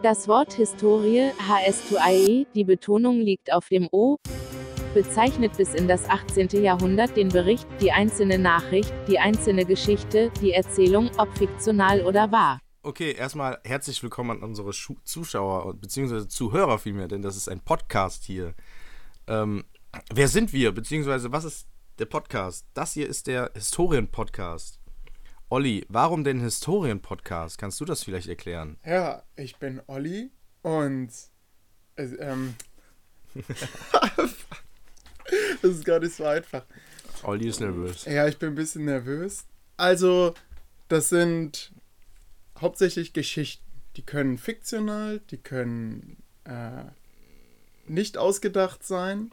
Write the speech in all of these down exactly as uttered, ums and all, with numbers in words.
Das Wort Historie, H-S-T-O-I-E, die Betonung liegt auf dem O, bezeichnet bis in das achtzehnte Jahrhundert den Bericht, die einzelne Nachricht, die einzelne Geschichte, die Erzählung, ob fiktional oder wahr. Okay, erstmal herzlich willkommen an unsere Schu- Zuschauer bzw. Zuhörer vielmehr, denn das ist ein Podcast hier. Ähm, wer sind wir, beziehungsweise was ist der Podcast? Das hier ist der Historien-Podcast. Olli, warum denn Historien-Podcast? Kannst du das vielleicht erklären? Ja, ich bin Olli und äh, ähm, das ist gar nicht so einfach. Olli ist nervös. Ja, ich bin ein bisschen nervös. Also, das sind hauptsächlich Geschichten. Die können fiktional, die können äh, nicht ausgedacht sein.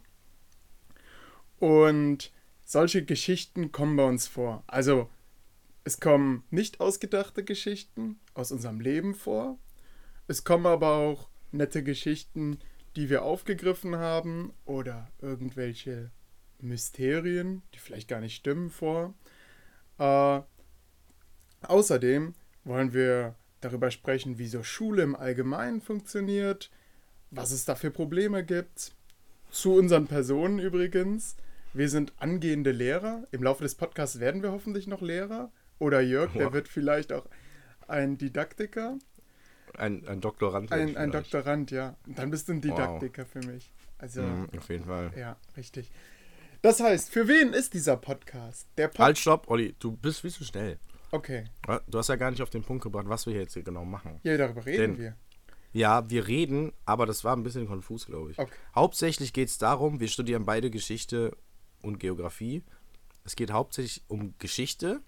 Und solche Geschichten kommen bei uns vor. Also, es kommen nicht ausgedachte Geschichten aus unserem Leben vor. Es kommen aber auch nette Geschichten, die wir aufgegriffen haben oder irgendwelche Mysterien, die vielleicht gar nicht stimmen, vor. Äh, außerdem wollen wir darüber sprechen, wie so Schule im Allgemeinen funktioniert, was es da für Probleme gibt. Zu unseren Personen übrigens. Wir sind angehende Lehrer. Im Laufe des Podcasts werden wir hoffentlich noch Lehrer. Oder Jörg, der wird vielleicht auch ein Didaktiker. Ein, ein Doktorand. Ein, ein Doktorand, ja. Und dann bist du ein Didaktiker wow. für mich. Also, mhm, auf jeden Fall. Ja, richtig. Das heißt, für wen ist dieser Podcast? Der Pod- halt, stopp, Olli, du bist viel zu schnell. Okay. Du hast ja gar nicht auf den Punkt gebracht, was wir jetzt hier genau machen. Ja, darüber reden Denn, wir. Ja, wir reden, aber das war ein bisschen konfus, glaube ich. Okay. Hauptsächlich geht es darum, wir studieren beide Geschichte und Geografie. Es geht hauptsächlich um Geschichte.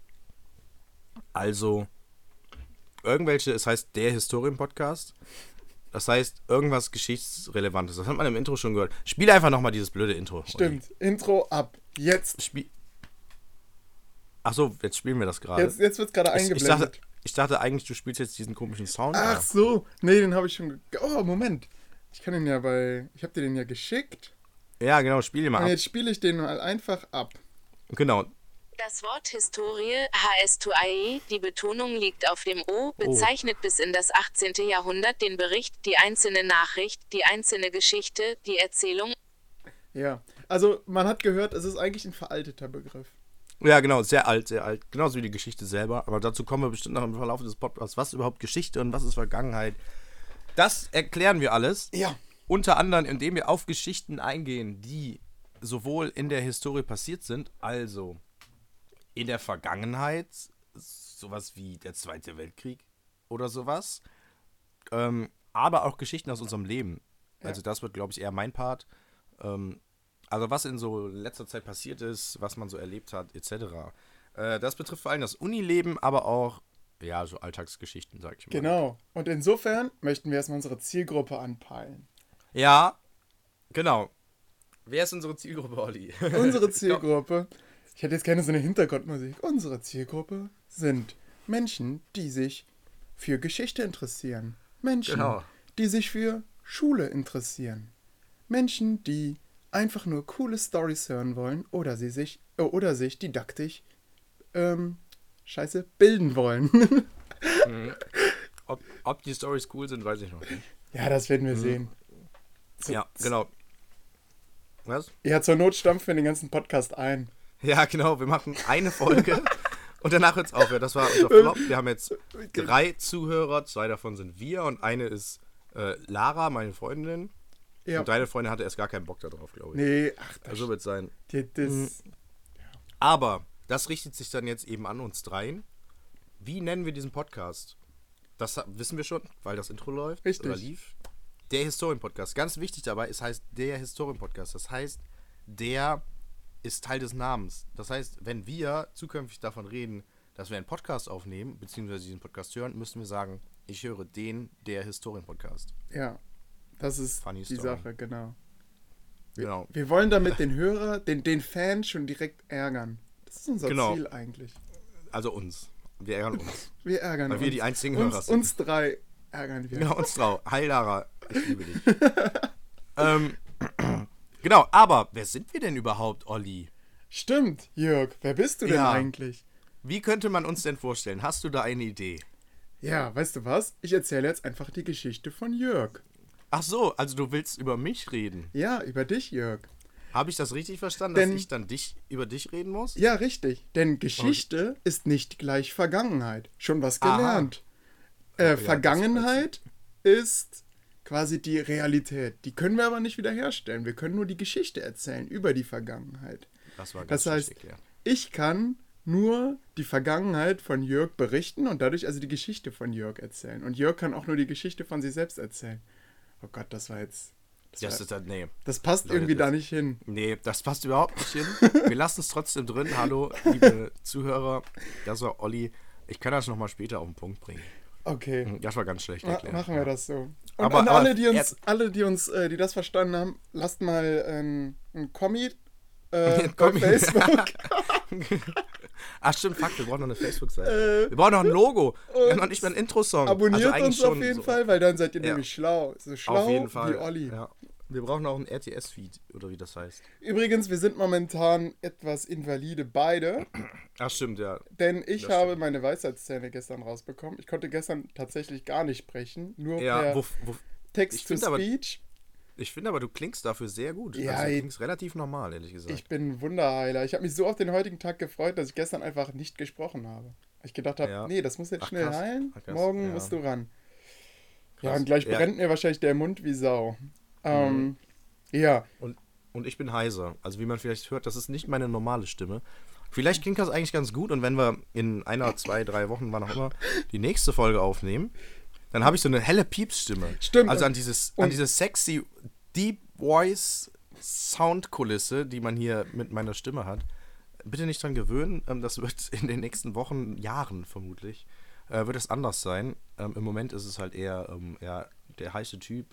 Also irgendwelche, es heißt der Historien-Podcast. Das heißt irgendwas Geschichtsrelevantes. Das hat man im Intro schon gehört. Spiel einfach nochmal dieses blöde Intro. Stimmt. Olli. Intro ab. Jetzt. Spiel. Achso, jetzt spielen wir das gerade. Jetzt, jetzt wird es gerade eingeblendet. Ich dachte, ich dachte eigentlich, du spielst jetzt diesen komischen Sound. Ach so. Nee, den habe ich schon... Ge- oh, Moment. Ich kann den ja bei... Ich habe dir den ja geschickt. Ja, genau. Spiel den mal Und ab. jetzt spiele ich den mal einfach ab. Genau. Das Wort Historie, H-S-T-O-I-E, die Betonung liegt auf dem O, bezeichnet oh. bis in das achtzehnte Jahrhundert den Bericht, die einzelne Nachricht, die einzelne Geschichte, die Erzählung. Ja, also man hat gehört, es ist eigentlich ein veralteter Begriff. Ja, genau, sehr alt, sehr alt. Genauso wie die Geschichte selber. Aber dazu kommen wir bestimmt noch im Verlauf des Podcasts. Was ist überhaupt Geschichte und was ist Vergangenheit? Das erklären wir alles. Ja. Unter anderem, indem wir auf Geschichten eingehen, die sowohl in der Historie passiert sind, also in der Vergangenheit, sowas wie der Zweite Weltkrieg oder sowas, ähm, aber auch Geschichten aus unserem Leben. Ja. Also das wird, glaube ich, eher mein Part. Ähm, also was in so letzter Zeit passiert ist, was man so erlebt hat, et cetera. Äh, das betrifft vor allem das Unileben, aber auch, ja, so Alltagsgeschichten, sag ich mal. Genau. Und insofern möchten wir erstmal unsere Zielgruppe anpeilen. Ja, genau. Wer ist unsere Zielgruppe, Olli? Unsere Zielgruppe... Ich hätte jetzt keine so eine Hintergrundmusik. Unsere Zielgruppe sind Menschen, die sich für Geschichte interessieren. Menschen, genau. die sich für Schule interessieren. Menschen, die einfach nur coole Storys hören wollen oder sie sich äh, oder sich didaktisch ähm, scheiße bilden wollen. mhm. ob, ob die Storys cool sind, weiß ich noch nicht. Ja, das werden wir mhm. sehen. So, ja, genau. Was? Ja, zur Not stampfen wir den ganzen Podcast ein. Ja, genau, wir machen eine Folge und danach hört es auf. Ja, das war unser Flop. Wir haben jetzt drei Zuhörer, zwei davon sind wir und eine ist äh, Lara, meine Freundin. Ja. Und deine Freundin hatte erst gar keinen Bock darauf, glaube ich. Nee, ach, das also wird es sein. Die, das, mhm. Aber das richtet sich dann jetzt eben an uns dreien. Wie nennen wir diesen Podcast? Das wissen wir schon, weil das Intro läuft. Richtig. Oder lief. Der Historien-Podcast. Ganz wichtig dabei, es heißt der Historien-Podcast. Das heißt, der ist Teil des Namens. Das heißt, wenn wir zukünftig davon reden, dass wir einen Podcast aufnehmen, beziehungsweise diesen Podcast hören, müssen wir sagen, ich höre den, der Historien-Podcast. Ja, das ist Funny die Story. Sache, genau. Wir, genau. wir wollen damit den Hörer, den, den Fan schon direkt ärgern. Das ist unser genau. Ziel eigentlich. Also uns. Wir ärgern uns. Wir ärgern Weil uns. wir die einzigen uns, Hörer sind. Uns drei ärgern wir. Genau, uns drei. Hi Lara, ich liebe dich. ähm, genau, aber wer sind wir denn überhaupt, Olli? Stimmt, Jörg. Wer bist du denn ja. eigentlich? Wie könnte man uns denn vorstellen? Hast du da eine Idee? Ja, weißt du was? Ich erzähle jetzt einfach die Geschichte von Jörg. Ach so, also du willst über mich reden. Ja, über dich, Jörg. Habe ich das richtig verstanden, Denn- dass ich dann dich über dich reden muss? Ja, richtig. Denn Geschichte ist nicht gleich Vergangenheit. Schon was Aha. gelernt. Ja, Äh, das Vergangenheit ist quasi die Realität. Die können wir aber nicht wiederherstellen. Wir können nur die Geschichte erzählen über die Vergangenheit. Das war ganz Das heißt, richtig, ja. ich kann nur die Vergangenheit von Jörg berichten und dadurch also die Geschichte von Jörg erzählen. Und Jörg kann auch nur die Geschichte von sich selbst erzählen. Oh Gott, das war jetzt... Das, Das war, ist halt, nee. das passt Leute, irgendwie das- da nicht hin. Nee, das passt überhaupt nicht hin. Wir lassen es trotzdem drin. Hallo, liebe Zuhörer. Das war Olli. Ich kann das nochmal später auf den Punkt bringen. Okay. Das war ganz schlecht Ma erklärt. machen wir das so. Und Aber- an aber alle, die uns, er- alle, die uns, äh, die das verstanden haben, lasst mal ähm, ein Kommi äh, bei Kommi. Facebook. Ach stimmt, fuck, wir brauchen noch eine Facebook-Seite. Äh, wir brauchen noch ein Logo. Wir haben und noch nicht mal einen Intro-Song. Abonniert Also eigentlich uns auf schon jeden so. Fall, weil dann seid ihr Ja. nämlich schlau. So schlau Auf jeden Fall. wie Olli. Ja. Wir brauchen auch einen R T S-Feed, oder wie das heißt. Übrigens, wir sind momentan etwas invalide beide, Ach stimmt, ja. denn ich Das habe stimmt. meine Weisheitszähne gestern rausbekommen. Ich konnte gestern tatsächlich gar nicht sprechen, nur Ja, per wo, wo, ich find aber- Text-to-Speech. ich finde aber, du klingst dafür sehr gut. Ja, also, du ich- klingst relativ normal, ehrlich gesagt. Ich bin ein Wunderheiler. Ich habe mich so auf den heutigen Tag gefreut, dass ich gestern einfach nicht gesprochen habe. Ich gedacht habe, Ja. nee, das muss jetzt Ach, schnell krass. heilen. Ach, krass. Morgen Ja. musst du ran. Ja, Krass. und gleich Ja. brennt mir wahrscheinlich der Mund wie Sau. Ähm, Mhm. Ja, Und ich bin heiser. Also wie man vielleicht hört, das ist nicht meine normale Stimme. Vielleicht klingt das eigentlich ganz gut und wenn wir in einer, zwei, drei Wochen, wann auch immer, die nächste Folge aufnehmen, dann habe ich so eine helle Piepsstimme. Stimmt. Also an dieses, an Und- diese sexy Deep Voice Soundkulisse, die man hier mit meiner Stimme hat. Bitte nicht dran gewöhnen. ähm, Das wird in den nächsten Wochen, Jahren vermutlich, äh, wird es anders sein. Ähm, Im Moment ist es halt eher ähm, ja, der heiße Typ.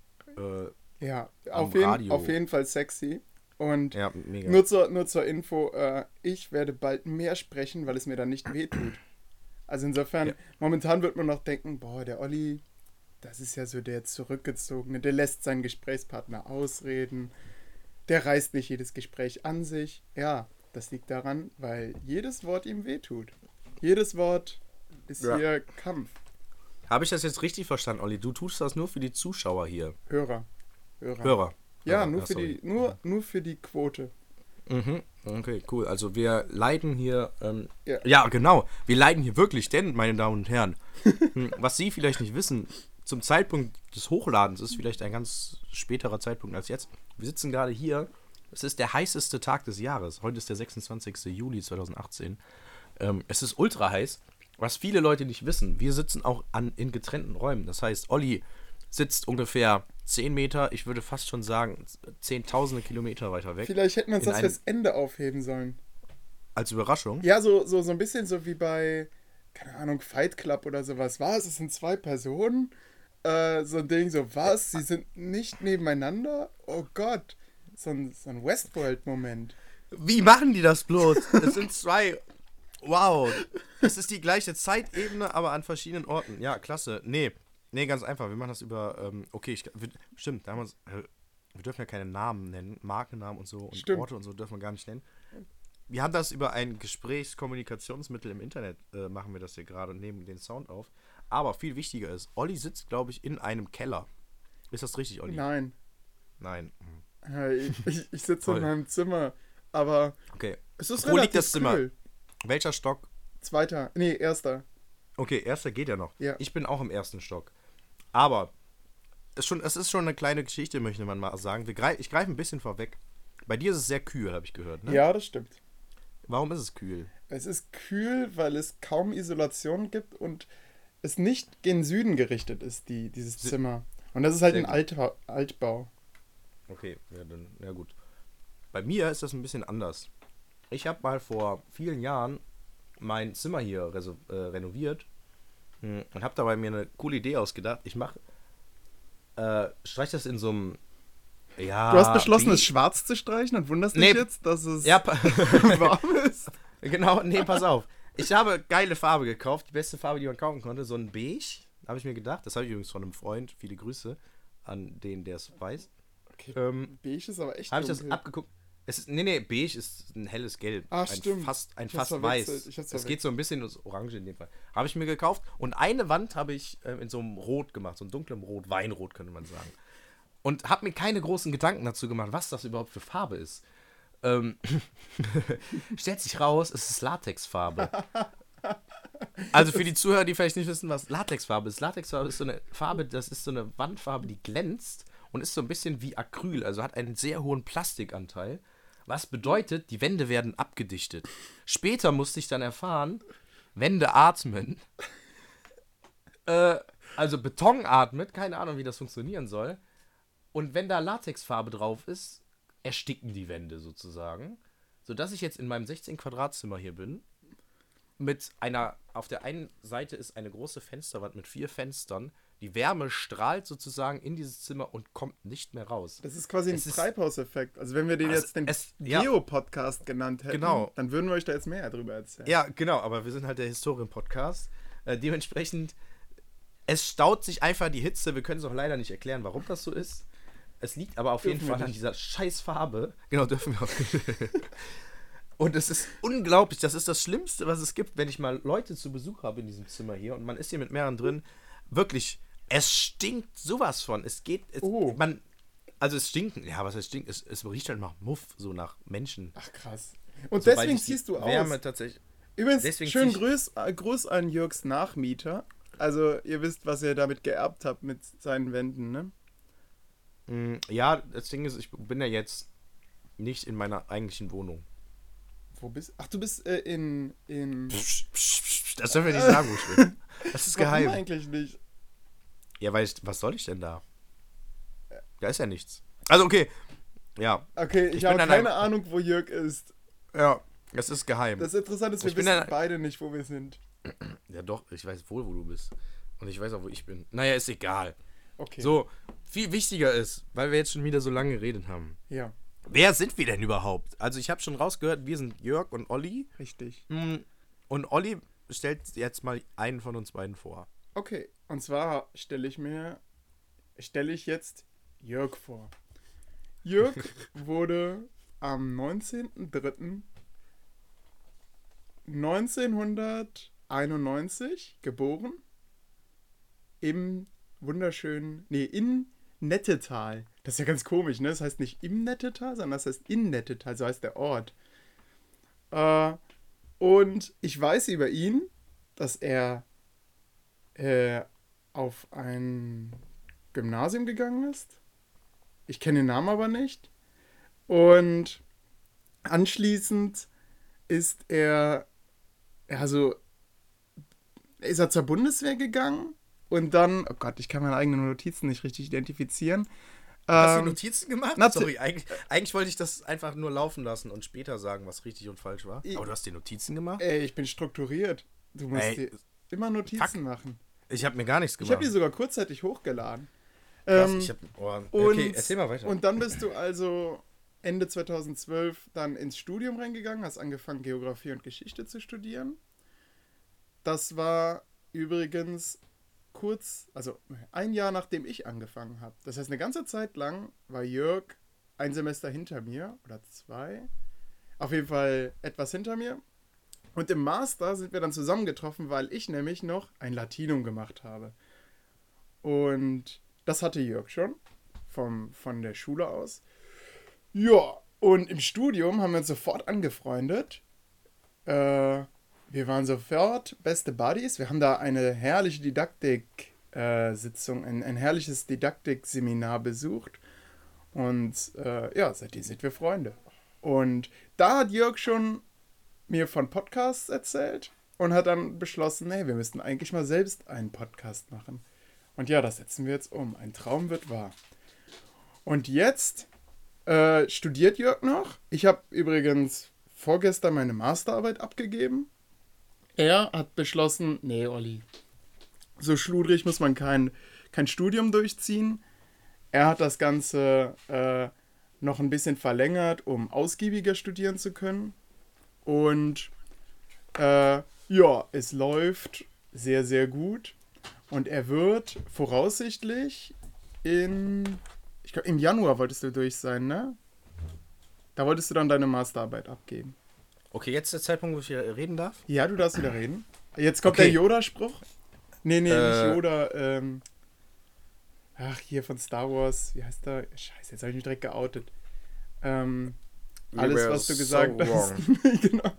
Äh, ja, Am auf jeden, Radio. auf jeden Fall sexy. Und ja, mega. nur, zur, nur zur Info, äh, ich werde bald mehr sprechen, weil es mir dann nicht wehtut. Also insofern, Ja. momentan wird man noch denken, boah, der Olli, das ist ja so der Zurückgezogene, der lässt seinen Gesprächspartner ausreden, der reißt nicht jedes Gespräch an sich. Ja, das liegt daran, weil jedes Wort ihm wehtut. Jedes Wort ist Ja. hier Kampf. Habe ich das jetzt richtig verstanden, Olli? Du tust das nur für die Zuschauer hier. Hörer. Hörer. Hörer. Ja, Hörer. nur, Ja, für sorry. die, nur, nur für die Quote. Mhm. Okay, cool. Also wir leiden hier, ähm, Ja. ja. genau, wir leiden hier wirklich, denn, meine Damen und Herren, hm, was Sie vielleicht nicht wissen, zum Zeitpunkt des Hochladens ist vielleicht ein ganz späterer Zeitpunkt als jetzt. Wir sitzen gerade hier, es ist der heißeste Tag des Jahres. Heute ist der sechsundzwanzigste Juli zweitausendachtzehn. Ähm, es ist ultra heiß, was viele Leute nicht wissen. Wir sitzen auch an, in getrennten Räumen. Das heißt, Olli sitzt ungefähr zehn Meter, ich würde fast schon sagen, zehntausende Kilometer weiter weg. Vielleicht hätten wir uns In das einem- fürs Ende aufheben sollen. Als Überraschung. Ja, so, so, so ein bisschen so wie bei, keine Ahnung, Fight Club oder sowas. Was? Es sind zwei Personen? Äh, so ein Ding, so was? Sie sind nicht nebeneinander? Oh Gott. So ein, so ein Westworld-Moment. Wie machen die das bloß? Es sind zwei. Wow. Es ist die gleiche Zeitebene, aber an verschiedenen Orten. Ja, klasse. Nee, nee, ganz einfach. Wir machen das über, ähm, okay, ich, wir, stimmt, da haben wir uns, äh, wir dürfen ja keine Namen nennen, Markennamen und so und Stimmt. Orte und so dürfen wir gar nicht nennen. Wir haben das über ein Gesprächskommunikationsmittel im Internet, äh, machen wir das hier gerade und nehmen den Sound auf. Aber viel wichtiger ist, Olli sitzt, glaube ich, in einem Keller. Ist das richtig, Olli? Nein. Nein. Hm. Ja, Ich, ich, ich sitze Toll. in meinem Zimmer. Aber Okay. es ist Wo liegt relativ das Zimmer? kühl. Welcher Stock? Zweiter. Nee, erster. Okay, erster geht ja noch. Ja. Ich bin auch im ersten Stock. Aber es, schon, es ist schon eine kleine Geschichte, möchte man mal sagen. Wir greif, ich greife ein bisschen vorweg. Bei dir ist es sehr kühl, habe ich gehört. Ne? Ja, das stimmt. Warum ist es kühl? Es ist kühl, weil es kaum Isolation gibt und es nicht gen Süden gerichtet ist, die, dieses Se- Zimmer. Und das ist halt Sehr ein Alta Altbau. Okay, ja, dann, ja gut. Bei mir ist das ein bisschen anders. Ich habe mal vor vielen Jahren mein Zimmer hier reso- äh, renoviert hm, und habe dabei mir eine coole Idee ausgedacht. Ich mache, äh, streich das in so einem, ja... Du hast beschlossen, Ding- es schwarz zu streichen und wunderst Nee. dich jetzt, dass es Ja, pa- warm ist. Genau, nee, pass auf. Ich habe geile Farbe gekauft, die beste Farbe, die man kaufen konnte. So ein Beige, habe ich mir gedacht. Das habe ich übrigens von einem Freund. Viele Grüße an den, der es weiß. Okay, Ähm, beige ist aber echt habe ich das dunkel. abgeguckt. Es ist, nee, nee, beige ist ein helles Gelb. Ach, ein stimmt. Fast, ein Ich hab's fast verwechselt. weiß. Ich hab's Es geht so ein bisschen ins Orange in dem Fall. Habe ich mir gekauft. Und eine Wand habe ich äh, in so einem Rot gemacht. So einem dunklen Rot. Weinrot, könnte man sagen. Und habe mir keine großen Gedanken dazu gemacht, was das überhaupt für Farbe ist. Ähm, stellt sich raus, es ist Latexfarbe. Also für die Zuhörer, die vielleicht nicht wissen, was Latexfarbe ist. Latexfarbe ist so eine Farbe, das ist so eine Wandfarbe, die glänzt und ist so ein bisschen wie Acryl, also hat einen sehr hohen Plastikanteil. Was bedeutet, die Wände werden abgedichtet. Später musste ich dann erfahren, Wände atmen. Äh, also Beton atmet, keine Ahnung, wie das funktionieren soll. Und wenn da Latexfarbe drauf ist, ersticken die Wände sozusagen. Sodass ich jetzt in meinem sechzehn Quadratzimmer hier bin. Mit einer, auf der einen Seite ist eine große Fensterwand mit vier Fenstern. Die Wärme strahlt sozusagen in dieses Zimmer und kommt nicht mehr raus. Das ist quasi ein Es ist- Treibhauseffekt. Also wenn wir den Also jetzt den es- ja. Geo-Podcast genannt hätten, Genau. dann würden wir euch da jetzt mehr drüber erzählen. Ja, genau, aber wir sind halt der Historien-Podcast. Äh, dementsprechend, es staut sich einfach die Hitze. Wir können es auch leider nicht erklären, warum das so ist. Es liegt aber auf jeden Dürfen wir Fall an nicht. dieser scheiß Farbe. Genau, dürfen wir auch nicht. Und es ist unglaublich. Das ist das Schlimmste, was es gibt, wenn ich mal Leute zu Besuch habe in diesem Zimmer hier und man ist hier mit mehreren drin. Wirklich, es stinkt sowas von. Es geht, es, Oh. man, also es stinkt, ja, was heißt stinkt? Es, es riecht halt nach Muff, so nach Menschen. Ach krass. Und Sobald deswegen ich die ziehst du Wärme aus. tatsächlich. Übrigens, deswegen schön zieh ich- Gruß, äh, Gruß an Jörgs Nachmieter. Also ihr wisst, was ihr damit geerbt habt mit seinen Wänden, ne? Mm, Ja, das Ding ist, ich bin ja jetzt nicht in meiner eigentlichen Wohnung. Wo bist Ach, du bist äh, in... in Das dürfen wir nicht sagen, wo ich bin. Das ist Warum geheim. eigentlich nicht? Ja, weil ich, was soll ich denn da? Da ist ja nichts. Also okay, ja, Okay, ich, Ich habe bin an keine einem- Ahnung, wo Jörg ist. ja, es ist geheim. Das Interessante ist, wir Ich bin wissen an- beide nicht, wo wir sind. Ja doch, ich weiß wohl, wo du bist. Und ich weiß auch, wo ich bin. Naja, ist egal. Okay. So, viel wichtiger ist, weil wir jetzt schon wieder so lange geredet haben. Ja, Wer sind wir denn überhaupt? Also ich habe schon rausgehört, wir sind Jörg und Olli. richtig. Mm, Und Olli stellt jetzt mal einen von uns beiden vor. Okay, und zwar stelle ich mir, stelle ich jetzt Jörg vor. Jörg wurde am neunzehnten dritten neunzehnhunderteinundneunzig geboren im wunderschönen, nee, in Nettetal. Das ist ja ganz komisch, ne? Das heißt nicht im Nettetal, sondern das heißt in Nettetal, so heißt der Ort. Äh, und ich weiß über ihn, dass er äh, auf ein Gymnasium gegangen ist. Ich kenne den Namen aber nicht. Und anschließend ist er, also, ist er zur Bundeswehr gegangen und dann, oh Gott, ich kann meine eigenen Notizen nicht richtig identifizieren. Hast du Ähm, Notizen gemacht? nat- Sorry, eigentlich, eigentlich wollte ich das einfach nur laufen lassen und später sagen, was richtig und falsch war. Ich- Aber du hast dir Notizen gemacht? ey, ich bin strukturiert. Du musst Ey, dir immer Notizen fuck. machen. Ich habe mir gar nichts Ich gemacht. habe die sogar kurzzeitig hochgeladen. Krass, Ähm, ich hab, oh, Und, okay, erzähl mal weiter. Und dann bist du also Ende zweitausendzwölf dann ins Studium reingegangen, hast angefangen, Geografie und Geschichte zu studieren. Das war übrigens kurz, also ein Jahr nachdem ich angefangen habe. Das heißt, eine ganze Zeit lang war Jörg ein Semester hinter mir oder zwei. Auf jeden Fall etwas hinter mir. Und im Master sind wir dann zusammengetroffen, weil ich nämlich noch ein Latinum gemacht habe. Und das hatte Jörg schon vom, von der Schule aus. Ja, und im Studium haben wir uns sofort angefreundet. Äh, wir waren sofort beste Buddies. Wir haben da eine herrliche Didaktik-Sitzung, ein, ein herrliches Didaktik-Seminar besucht. Und äh, ja, seitdem sind wir Freunde. Und da hat Jörg schon mir von Podcasts erzählt und hat dann beschlossen, nee, wir müssten eigentlich mal selbst einen Podcast machen. Und ja, das setzen wir jetzt um. Ein Traum wird wahr. Und jetzt äh, studiert Jörg noch. Ich habe übrigens vorgestern meine Masterarbeit abgegeben. Er hat beschlossen, nee, Olli, so schludrig muss man kein, kein Studium durchziehen. Er hat das Ganze äh, noch ein bisschen verlängert, um ausgiebiger studieren zu können. Und äh, ja, es läuft sehr, sehr gut. Und er wird voraussichtlich in, ich glaube, im Januar wolltest du durch sein, ne? Da wolltest du dann deine Masterarbeit abgeben. Okay, jetzt ist der Zeitpunkt, wo ich wieder reden darf. Ja, du darfst wieder reden. Jetzt kommt Okay. der Yoda-Spruch. Nee, nee, Äh. nicht Yoda. Ähm, ach, hier von Star Wars. Wie heißt der? Scheiße, jetzt habe ich mich direkt geoutet. Ähm, alles, was du gesagt so hast. Genau.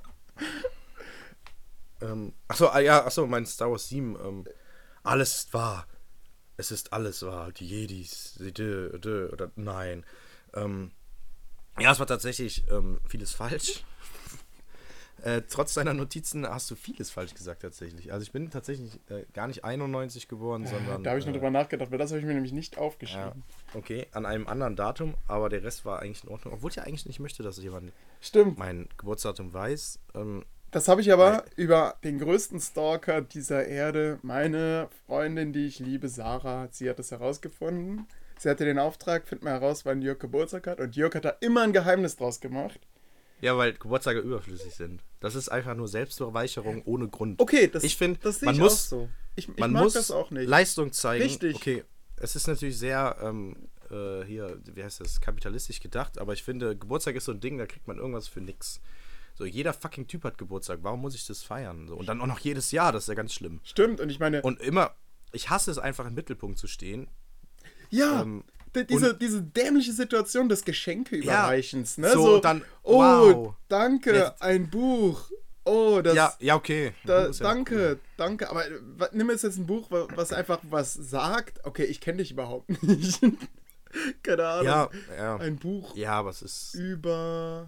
Ähm, achso, ah, ja, achso, mein Star Wars sieben. Ähm, alles ist wahr. Es ist alles wahr. Die Jedis, die dö, dö, oder nein. Ähm, ja, es war tatsächlich ähm, vieles falsch. äh, trotz deiner Notizen hast du vieles falsch gesagt tatsächlich. Also ich bin tatsächlich äh, gar nicht einundneunzig geboren, sondern... Da habe ich noch äh, drüber nachgedacht, weil das habe ich mir nämlich nicht ja, aufgeschrieben. okay, an einem anderen Datum, aber der Rest war eigentlich in Ordnung. Obwohl ich ja eigentlich nicht möchte, dass jemand Stimmt. mein Geburtsdatum weiß. Ähm, Das habe ich aber über den größten Stalker dieser Erde, meine Freundin, die ich liebe, Sarah, sie hat das herausgefunden. Sie hatte den Auftrag, find mal heraus, wann Jörg Geburtstag hat. Und Jörg hat da immer ein Geheimnis draus gemacht. Ja, weil Geburtstage überflüssig sind. Das ist einfach nur Selbstbeweihräucherung ohne Grund. Okay, das, ich finde, das sehe man ich muss, auch so. Ich, ich man mag muss das auch nicht. Leistung zeigen. Richtig. Okay, es ist natürlich sehr ähm, äh, hier, wie heißt das, kapitalistisch gedacht, aber ich finde, Geburtstag ist so ein Ding, da kriegt man irgendwas für nix. So, jeder fucking Typ hat Geburtstag. Warum muss ich das feiern? So, und dann auch noch jedes Jahr, das ist ja ganz schlimm. Stimmt, und ich meine... Und immer, ich hasse es einfach im Mittelpunkt zu stehen. Ja, ähm, d- diese, und- diese dämliche Situation des Geschenkeüberreichens. ne? so, dann, oh, wow. danke, Jetzt- ein Buch. Oh, das... Ja, ja, okay. Da, Ist ja danke, cool. danke. Aber äh, wa- nimm jetzt jetzt ein Buch, wa- was einfach was sagt. Okay, ich kenne dich überhaupt nicht. Keine Ahnung. Ja, ja. Ein Buch Ja, aber es ist... über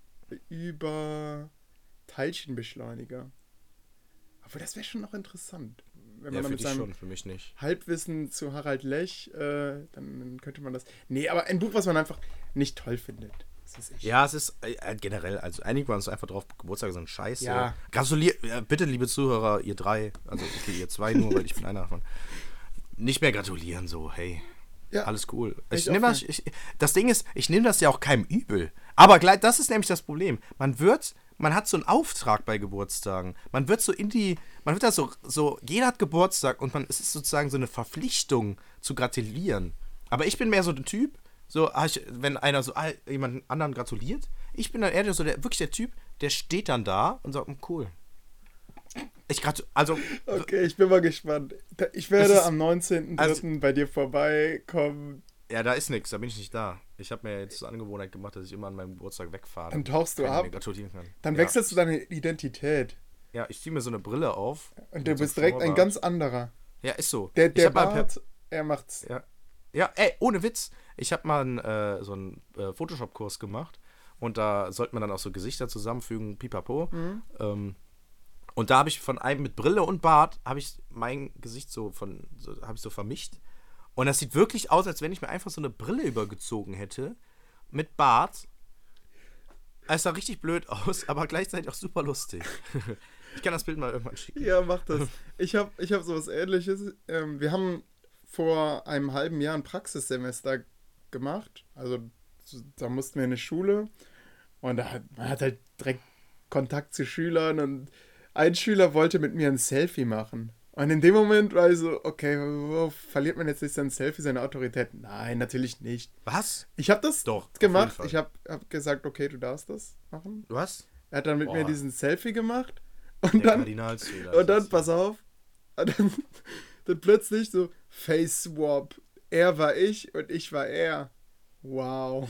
über Teilchenbeschleuniger. Aber das wäre schon noch interessant. Wenn Ja, man da für mit dich seinem schon, für mich nicht. Halbwissen zu Harald Lech, äh, dann könnte man das... Nee, aber ein Buch, was man einfach nicht toll findet. Das ist echt... Ja, es ist äh, generell, also einigen wir uns einfach drauf, Geburtstag ist ein Scheiß. Ja. Gratuliert, äh, bitte, liebe Zuhörer, ihr drei, also okay, ihr zwei nur, weil ich bin einer davon. Nicht mehr gratulieren, so, hey. Ja. Alles cool. Ich Ich auch nehm das, nicht. ich, das Ding ist, ich nehme das ja auch keinem übel. Aber gleich, das ist nämlich das Problem. Man wird, man hat so einen Auftrag bei Geburtstagen. Man wird so in die, man wird da so, so, jeder hat Geburtstag und man, es ist sozusagen so eine Verpflichtung zu gratulieren. Aber ich bin mehr so der Typ, so, ah, ich, wenn einer so ah, jemand anderen gratuliert, ich bin dann eher so der, wirklich der Typ, der steht dann da und sagt, hm, cool. Ich gratuliere, also, Okay, ich bin mal gespannt. Da- Ich werde Das ist- am neunzehnten dritten also- bei dir vorbeikommen. ja, da ist nichts, da bin ich nicht da. Ich habe mir jetzt zur Angewohnheit gemacht, dass ich immer an meinem Geburtstag wegfahre. Dann tauchst du Keiner ab. mir gratulieren kann. Dann ja. wechselst du deine Identität. Ja, ich ziehe mir so eine Brille auf. Und du mit so bist direkt ein Vorbart. ganz anderer. Ja, ist so. Der, Ich der hab mal per- Bart, er macht's. Ja. Ja, ey, ohne Witz. Ich habe mal einen, äh, so einen äh, Photoshop-Kurs gemacht und da sollte man dann auch so Gesichter zusammenfügen, pipapo. Mhm. Ähm, und da habe ich von einem mit Brille und Bart, habe ich mein Gesicht so von, so, habe ich so vermischt. Und das sieht wirklich aus, als wenn ich mir einfach so eine Brille übergezogen hätte mit Bart. Es sah richtig blöd aus, aber gleichzeitig auch super lustig. Ich kann das Bild mal irgendwann schicken. Ja, mach das. Ich habe ich hab sowas Ähnliches. Ähm, wir haben vor einem halben Jahr ein Praxissemester gemacht. Also so- da mussten wir in eine Schule und da hat, man hat halt direkt Kontakt zu Schülern und ein Schüler wollte mit mir ein Selfie machen. Und in dem Moment war ich so, okay, wo verliert man jetzt nicht sein Selfie, seine Autorität? Nein, natürlich nicht. Was? Ich habe das Doch, auf jeden gemacht. Fall. Ich habe hab gesagt, okay, du darfst das machen. Was? Er hat dann mit mir Boah. diesen Selfie gemacht und Der dann Kardinalsfehler. und ist dann, das. pass auf, und dann, dann plötzlich so Face Swap. Er war ich und ich war er. Wow.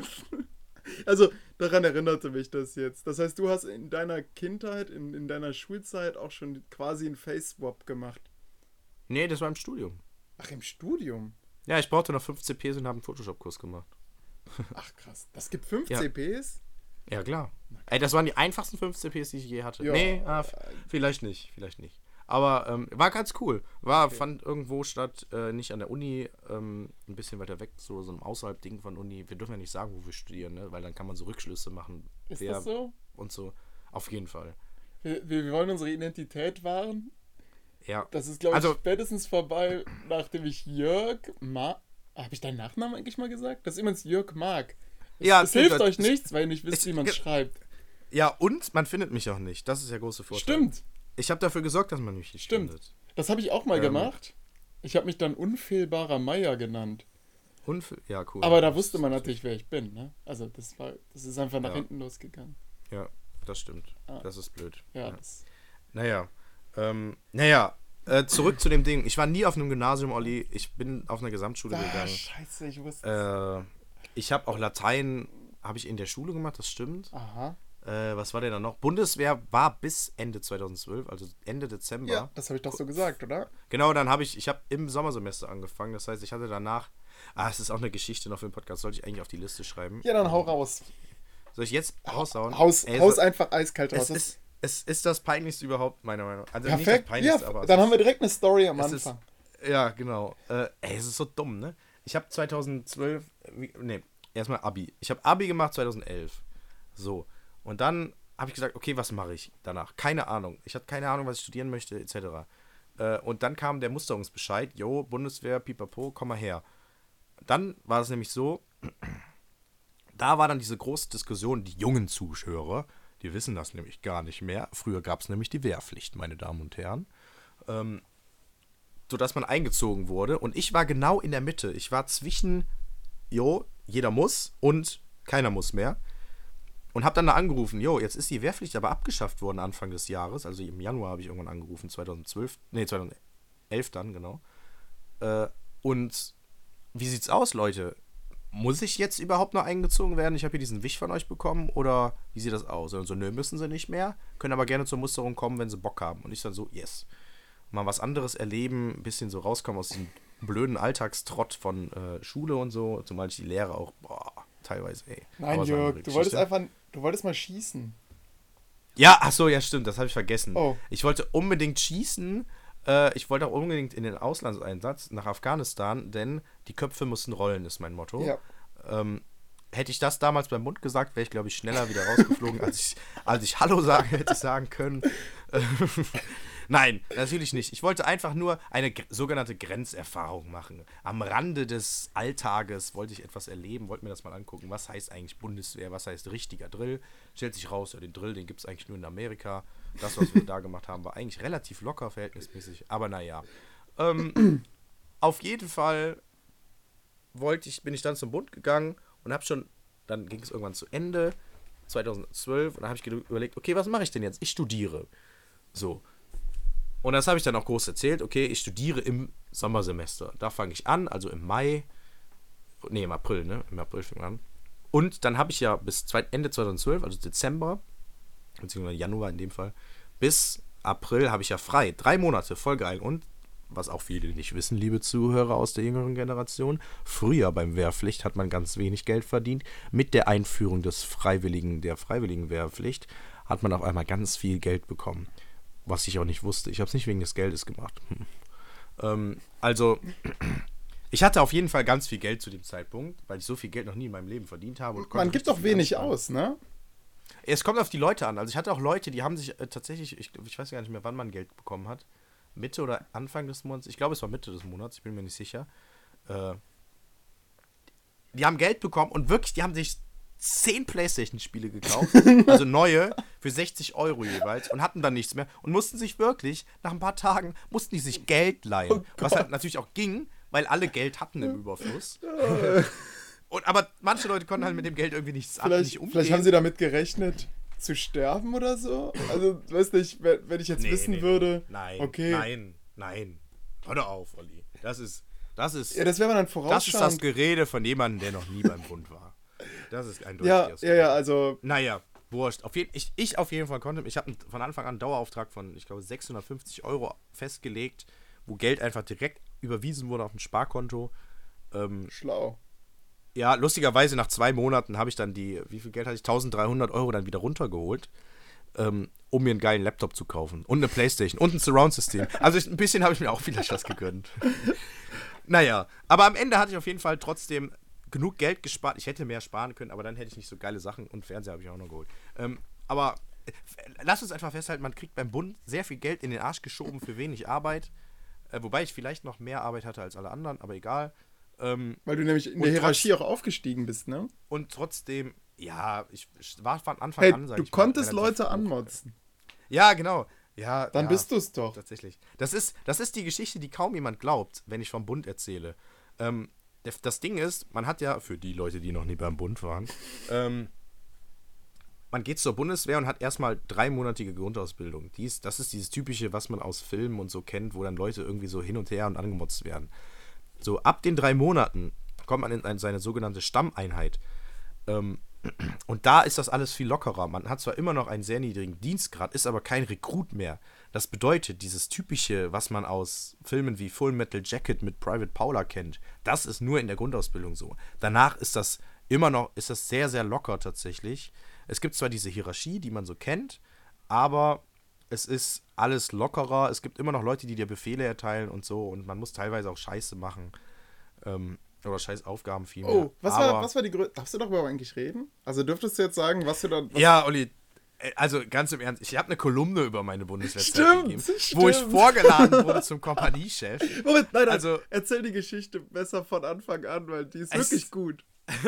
Also, daran erinnerte mich das jetzt. Das heißt, du hast in deiner Kindheit, in, in deiner Schulzeit auch schon quasi einen Face Swap gemacht. Nee, das war im Studium. Ach, im Studium? Ja, ich brauchte noch fünf C Ps und habe einen Photoshop-Kurs gemacht. Ach, krass. Das gibt fünf Ja. C Ps? Ja, klar. Ey, das waren die einfachsten fünf C Ps, die ich je hatte. Ja. Nee, ah, f- vielleicht nicht, vielleicht nicht. Aber ähm, war ganz cool. War, fand irgendwo statt, äh, nicht an der Uni, ähm, ein bisschen weiter weg, so, so ein außerhalb Ding von Uni. Wir dürfen ja nicht sagen, wo wir studieren, ne? Weil dann kann man so Rückschlüsse machen. Ist wer das so? Und so. Auf jeden Fall. Wir, wir wir wollen unsere Identität wahren. Ja. Das ist, glaube ich, Also- spätestens vorbei, nachdem ich Jörg Ma... Habe ich deinen Nachnamen eigentlich mal gesagt? Das ist übrigens Jörg Mark. Es, Ja, es hilft das- euch nichts, weil ihr nicht wisst, es- wie man es schreibt. Ja, und man findet mich auch nicht. Das ist der große Vorteil. Stimmt, Ich habe dafür gesorgt, dass man mich nicht Stimmt. findet. das habe ich auch mal Ähm. gemacht. Ich habe mich dann Unfehlbarer Meier genannt. Unf- ja, cool. Aber da wusste man natürlich, wer ich bin, ne? Also das war, das ist einfach nach Ja. hinten losgegangen. Ja, das stimmt. Ah. Das ist blöd. Ja, Ja. das. Naja, ähm, naja, äh, zurück zu dem Ding. Ich war nie auf einem Gymnasium, Olli. Ich bin auf einer Gesamtschule Ah, gegangen. scheiße, ich wusste Äh, ich habe auch Latein, habe ich in der Schule gemacht, das stimmt. Aha. Äh, was war denn da noch? Bundeswehr war bis Ende zweitausendzwölf, also Ende Dezember. Ja, das habe ich doch so gesagt, oder? Genau, dann habe ich, ich habe im Sommersemester angefangen. Das heißt, ich hatte danach, ah, es ist auch eine Geschichte noch für den Podcast, sollte ich eigentlich auf die Liste schreiben. Ja, dann hau raus. Soll ich jetzt raushauen? Haus, Ey, haus so- einfach eiskalt raus. Es ist, es ist das Peinlichste überhaupt, meiner Meinung nach. Also nicht das Perfekt. Ja, Peinlichste, aber es dann ist, haben wir direkt eine Story am es ist- Anfang. Ja, genau. Äh, ey, es ist so dumm, ne? Ich habe zweitausendzwölf, wie- nee, erstmal Abi. Ich habe Abi gemacht zweitausendelf. So. Und dann habe ich gesagt, okay, was mache ich danach? Keine Ahnung. Ich hatte keine Ahnung, was ich studieren möchte, et cetera. Äh, und dann kam der Musterungsbescheid, jo, Bundeswehr, pipapo, komm mal her. Dann war es nämlich so, da war dann diese große Diskussion, die jungen Zuschauer, die wissen das nämlich gar nicht mehr. Früher gab es nämlich die Wehrpflicht, meine Damen und Herren. Ähm, sodass man eingezogen wurde. Und ich war genau in der Mitte. Ich war zwischen, jo, jeder muss und keiner muss mehr. Und habe dann da angerufen, jo, jetzt ist die Wehrpflicht aber abgeschafft worden Anfang des Jahres. Also im Januar habe ich irgendwann angerufen, zweitausendzwölf, nee, zweitausendelf dann, genau. Äh, und wie sieht's aus, Leute? Muss ich jetzt überhaupt noch eingezogen werden? Ich habe hier diesen Wisch von euch bekommen oder wie sieht das aus? Und so, nö, müssen sie nicht mehr. Können aber gerne zur Musterung kommen, wenn sie Bock haben. Und ich dann so, yes. Mal was anderes erleben, ein bisschen so rauskommen aus diesem blöden Alltagstrott von äh, Schule und so. Zumal ich die Lehre auch, boah, teilweise, ey. Nein, Aber so eine Jörg, andere du wolltest Geschichte. einfach, du wolltest mal schießen. Ja, ach so, ja, stimmt, das habe ich vergessen. Oh. Ich wollte unbedingt schießen. Äh, ich wollte auch unbedingt in den Auslandseinsatz nach Afghanistan, denn die Köpfe mussten rollen, ist mein Motto. Ja. Ähm, hätte ich das damals beim Bund gesagt, wäre ich, glaube ich, schneller wieder rausgeflogen, als ich, als ich Hallo sagen hätte sagen können. Nein, natürlich nicht. Ich wollte einfach nur eine g- sogenannte Grenzerfahrung machen. Am Rande des Alltages wollte ich etwas erleben, wollte mir das mal angucken. Was heißt eigentlich Bundeswehr? Was heißt richtiger Drill? Stellt sich raus, ja, den Drill, den gibt es eigentlich nur in Amerika. Das, was wir da gemacht haben, war eigentlich relativ locker, verhältnismäßig. Aber naja. Ähm, auf jeden Fall wollte ich, bin ich dann zum Bund gegangen und habe schon, dann ging es irgendwann zu Ende, zweitausendzwölf, und dann habe ich ge- überlegt, okay, was mache ich denn jetzt? Ich studiere. So. Und das habe ich dann auch groß erzählt, okay, ich studiere im Sommersemester. Da fange ich an, also im Mai, nee, im April, ne? Im April fing an. Und dann habe ich ja bis zwei, Ende zweitausendzwölf, also Dezember, beziehungsweise Januar in dem Fall, bis April habe ich ja frei. Drei Monate, voll geil. Und was auch viele nicht wissen, liebe Zuhörer aus der jüngeren Generation, früher beim Wehrpflicht hat man ganz wenig Geld verdient. Mit der Einführung des Freiwilligen, der freiwilligen Wehrpflicht hat man auf einmal ganz viel Geld bekommen. Was ich auch nicht wusste. Ich habe es nicht wegen des Geldes gemacht. Hm. Ähm, also, ich hatte auf jeden Fall ganz viel Geld zu dem Zeitpunkt, weil ich so viel Geld noch nie in meinem Leben verdient habe. Und konnte Man gibt richtig doch viel wenig ansparen. aus, ne? Es kommt auf die Leute an. Also ich hatte auch Leute, die haben sich äh, tatsächlich, ich, ich weiß gar nicht mehr, wann man Geld bekommen hat. Mitte oder Anfang des Monats. Ich glaube, es war Mitte des Monats, ich bin mir nicht sicher. Äh, die haben Geld bekommen und wirklich, die haben sich zehn PlayStation-Spiele gekauft, also neue, für sechzig Euro jeweils und hatten dann nichts mehr und mussten sich wirklich, nach ein paar Tagen, mussten die sich Geld leihen. Oh was halt natürlich auch ging, weil alle Geld hatten im Überfluss. Und, aber manche Leute konnten halt mit dem Geld irgendwie nichts an, Vielleicht, nicht umgehen. vielleicht haben sie damit gerechnet, zu sterben oder so. Also, weiß nicht, wenn, wenn ich jetzt Nee, wissen nee, würde. Nein, okay. nein, nein. Hör doch auf, Olli. Das ist, das ist, Ja, das wäre man dann das ist vorausschauend. das Gerede von jemandem, der noch nie beim Bund war. Das ist eindeutig. ja, das ja, ja, also. Naja, wurscht. Auf jeden, ich, ich auf jeden Fall konnte, ich habe von Anfang an einen Dauerauftrag von, ich glaube, sechshundertfünfzig Euro festgelegt, wo Geld einfach direkt überwiesen wurde auf ein Sparkonto. Ähm, Schlau. ja, lustigerweise nach zwei Monaten habe ich dann die, wie viel Geld hatte ich? dreizehnhundert Euro dann wieder runtergeholt, ähm, um mir einen geilen Laptop zu kaufen. Und eine Playstation und ein Surround-System. Also ich, ein bisschen habe ich mir auch vielleicht was gegönnt. Naja, aber am Ende hatte ich auf jeden Fall trotzdem genug Geld gespart. Ich hätte mehr sparen können, aber dann hätte ich nicht so geile Sachen. Und Fernseher habe ich auch noch geholt. Ähm, aber äh, lass uns einfach festhalten, man kriegt beim Bund sehr viel Geld in den Arsch geschoben für wenig Arbeit. Äh, wobei ich vielleicht noch mehr Arbeit hatte als alle anderen, aber egal. Ähm, Weil du nämlich in Und der Hierarchie auch aufgestiegen bist, ne? und trotzdem, ja, ich war von Anfang Hey, an, sag du ich mal, konntest relativ Leute hoch. anmotzen. Ja, genau. Ja, Dann ja, bist du's doch. tatsächlich. Das ist, das ist die Geschichte, die kaum jemand glaubt, wenn ich vom Bund erzähle. Ähm, das Ding ist, man hat ja, für die Leute, die noch nie beim Bund waren, ähm, man geht zur Bundeswehr und hat erstmal dreimonatige Grundausbildung. Dies, das ist dieses Typische, was man aus Filmen und so kennt, wo dann Leute irgendwie so hin und her und angemotzt werden. So, ab den drei Monaten kommt man in eine, seine sogenannte Stammeinheit. Ähm, und da ist das alles viel lockerer. Man hat zwar immer noch einen sehr niedrigen Dienstgrad, ist aber kein Rekrut mehr. Das bedeutet, dieses Typische, was man aus Filmen wie Full Metal Jacket mit Private Paula kennt, das ist nur in der Grundausbildung so. Danach ist das immer noch, ist das sehr, sehr locker tatsächlich. Es gibt zwar diese Hierarchie, die man so kennt, aber es ist alles lockerer. Es gibt immer noch Leute, die dir Befehle erteilen und so, und man muss teilweise auch Scheiße machen. Ähm, oder Scheißaufgaben vielmehr. Oh, was aber, war, was war die Größe? Darfst du darüber eigentlich reden? Also dürftest du jetzt sagen, was du da... Was ja, Olli, also ganz im Ernst, ich habe eine Kolumne über meine Bundeswehrzeit Stimmt, gegeben, stimmt. wo ich vorgeladen wurde zum Kompaniechef. Moment, nein, nein, Also- erzähl die Geschichte besser von Anfang an, weil die ist Es- wirklich gut.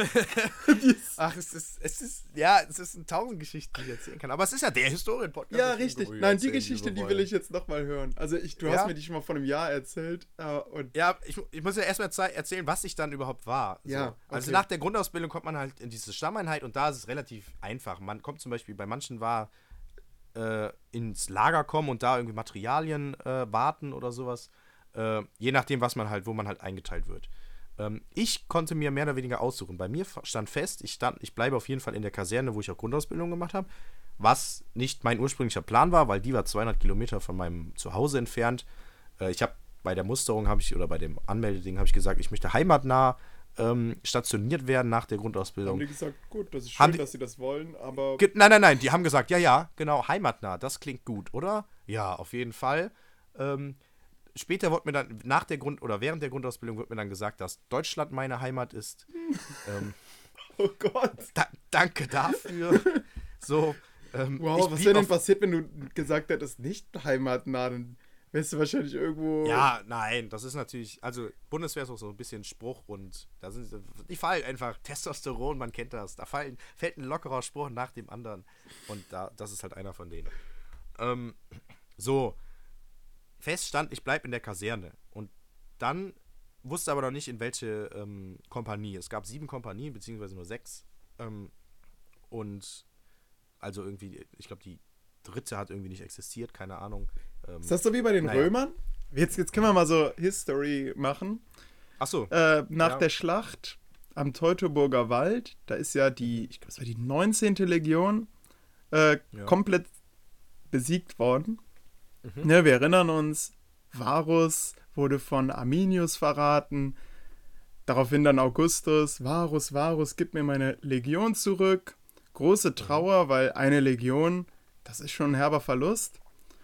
die ist, Ach, es ist, es ist, ja, es ist ein tausend Geschichten, die ich erzählen kann. Aber es ist ja der Historien-Podcast. ja, ich kann richtig. ruhig Nein, die erzählen, Geschichte, wir die will wollen. ich jetzt nochmal hören. Also ich, du Ja? hast mir die schon mal vor einem Jahr erzählt. Äh, und Ja, ich, ich muss ja erstmal erzählen, was ich dann überhaupt war. So. Ja, Also okay. nach der Grundausbildung kommt man halt in diese Stammeinheit, und da ist es relativ einfach. Man kommt zum Beispiel, bei manchen war äh, ins Lager kommen und da irgendwie Materialien äh, warten oder sowas. Äh, je nachdem, was man halt, wo man halt eingeteilt wird. Ähm, ich konnte mir mehr oder weniger aussuchen. Bei mir stand fest, ich, stand, ich bleibe auf jeden Fall in der Kaserne, wo ich auch Grundausbildung gemacht habe. Was nicht mein ursprünglicher Plan war, weil die war zweihundert Kilometer von meinem Zuhause entfernt. Äh, ich habe bei der Musterung, habe ich, oder bei dem Anmeldeding, habe ich gesagt, ich möchte heimatnah ähm, stationiert werden nach der haben Grundausbildung. die gesagt, gut, das ist Haben schön, die- dass sie das wollen, aber... Ge nein, nein, nein, die haben gesagt, ja, ja, genau, heimatnah, das klingt gut, oder? Ja, auf jeden Fall. Ähm, später wurde mir dann, nach der Grund- oder während der Grundausbildung wird mir dann gesagt, dass Deutschland meine Heimat ist. ähm, Oh Gott. da, danke dafür. So, ähm, Wow, ich was blieb wäre denn auf- passiert, wenn du gesagt hättest, nicht heimatnah? Dann wärst du wahrscheinlich irgendwo... Ja, nein, das ist natürlich, also Bundeswehr ist auch so ein bisschen Spruch, und da sind, die fallen einfach, Testosteron, man kennt das, da fallen, fällt ein lockerer Spruch nach dem anderen, und da, das ist halt einer von denen. Ähm, so, fest stand, ich bleibe in der Kaserne, und dann wusste aber noch nicht, in welche ähm, Kompanie. Es gab sieben Kompanien, beziehungsweise nur sechs, ähm, und also irgendwie, ich glaube, die dritte hat irgendwie nicht existiert, keine Ahnung. Ähm, Ist das so wie bei den Naja. Römern? Jetzt, jetzt können wir mal so History machen. Achso, Äh, nach Ja. der Schlacht am Teutoburger Wald, da ist ja die, ich glaube, es war die neunzehnte Legion äh, Ja. komplett besiegt worden. Mhm. Ne, wir erinnern uns, Varus wurde von Arminius verraten. Daraufhin dann Augustus, Varus, Varus, gib mir meine Legion zurück. Große Trauer, weil eine Legion, das ist schon ein herber Verlust.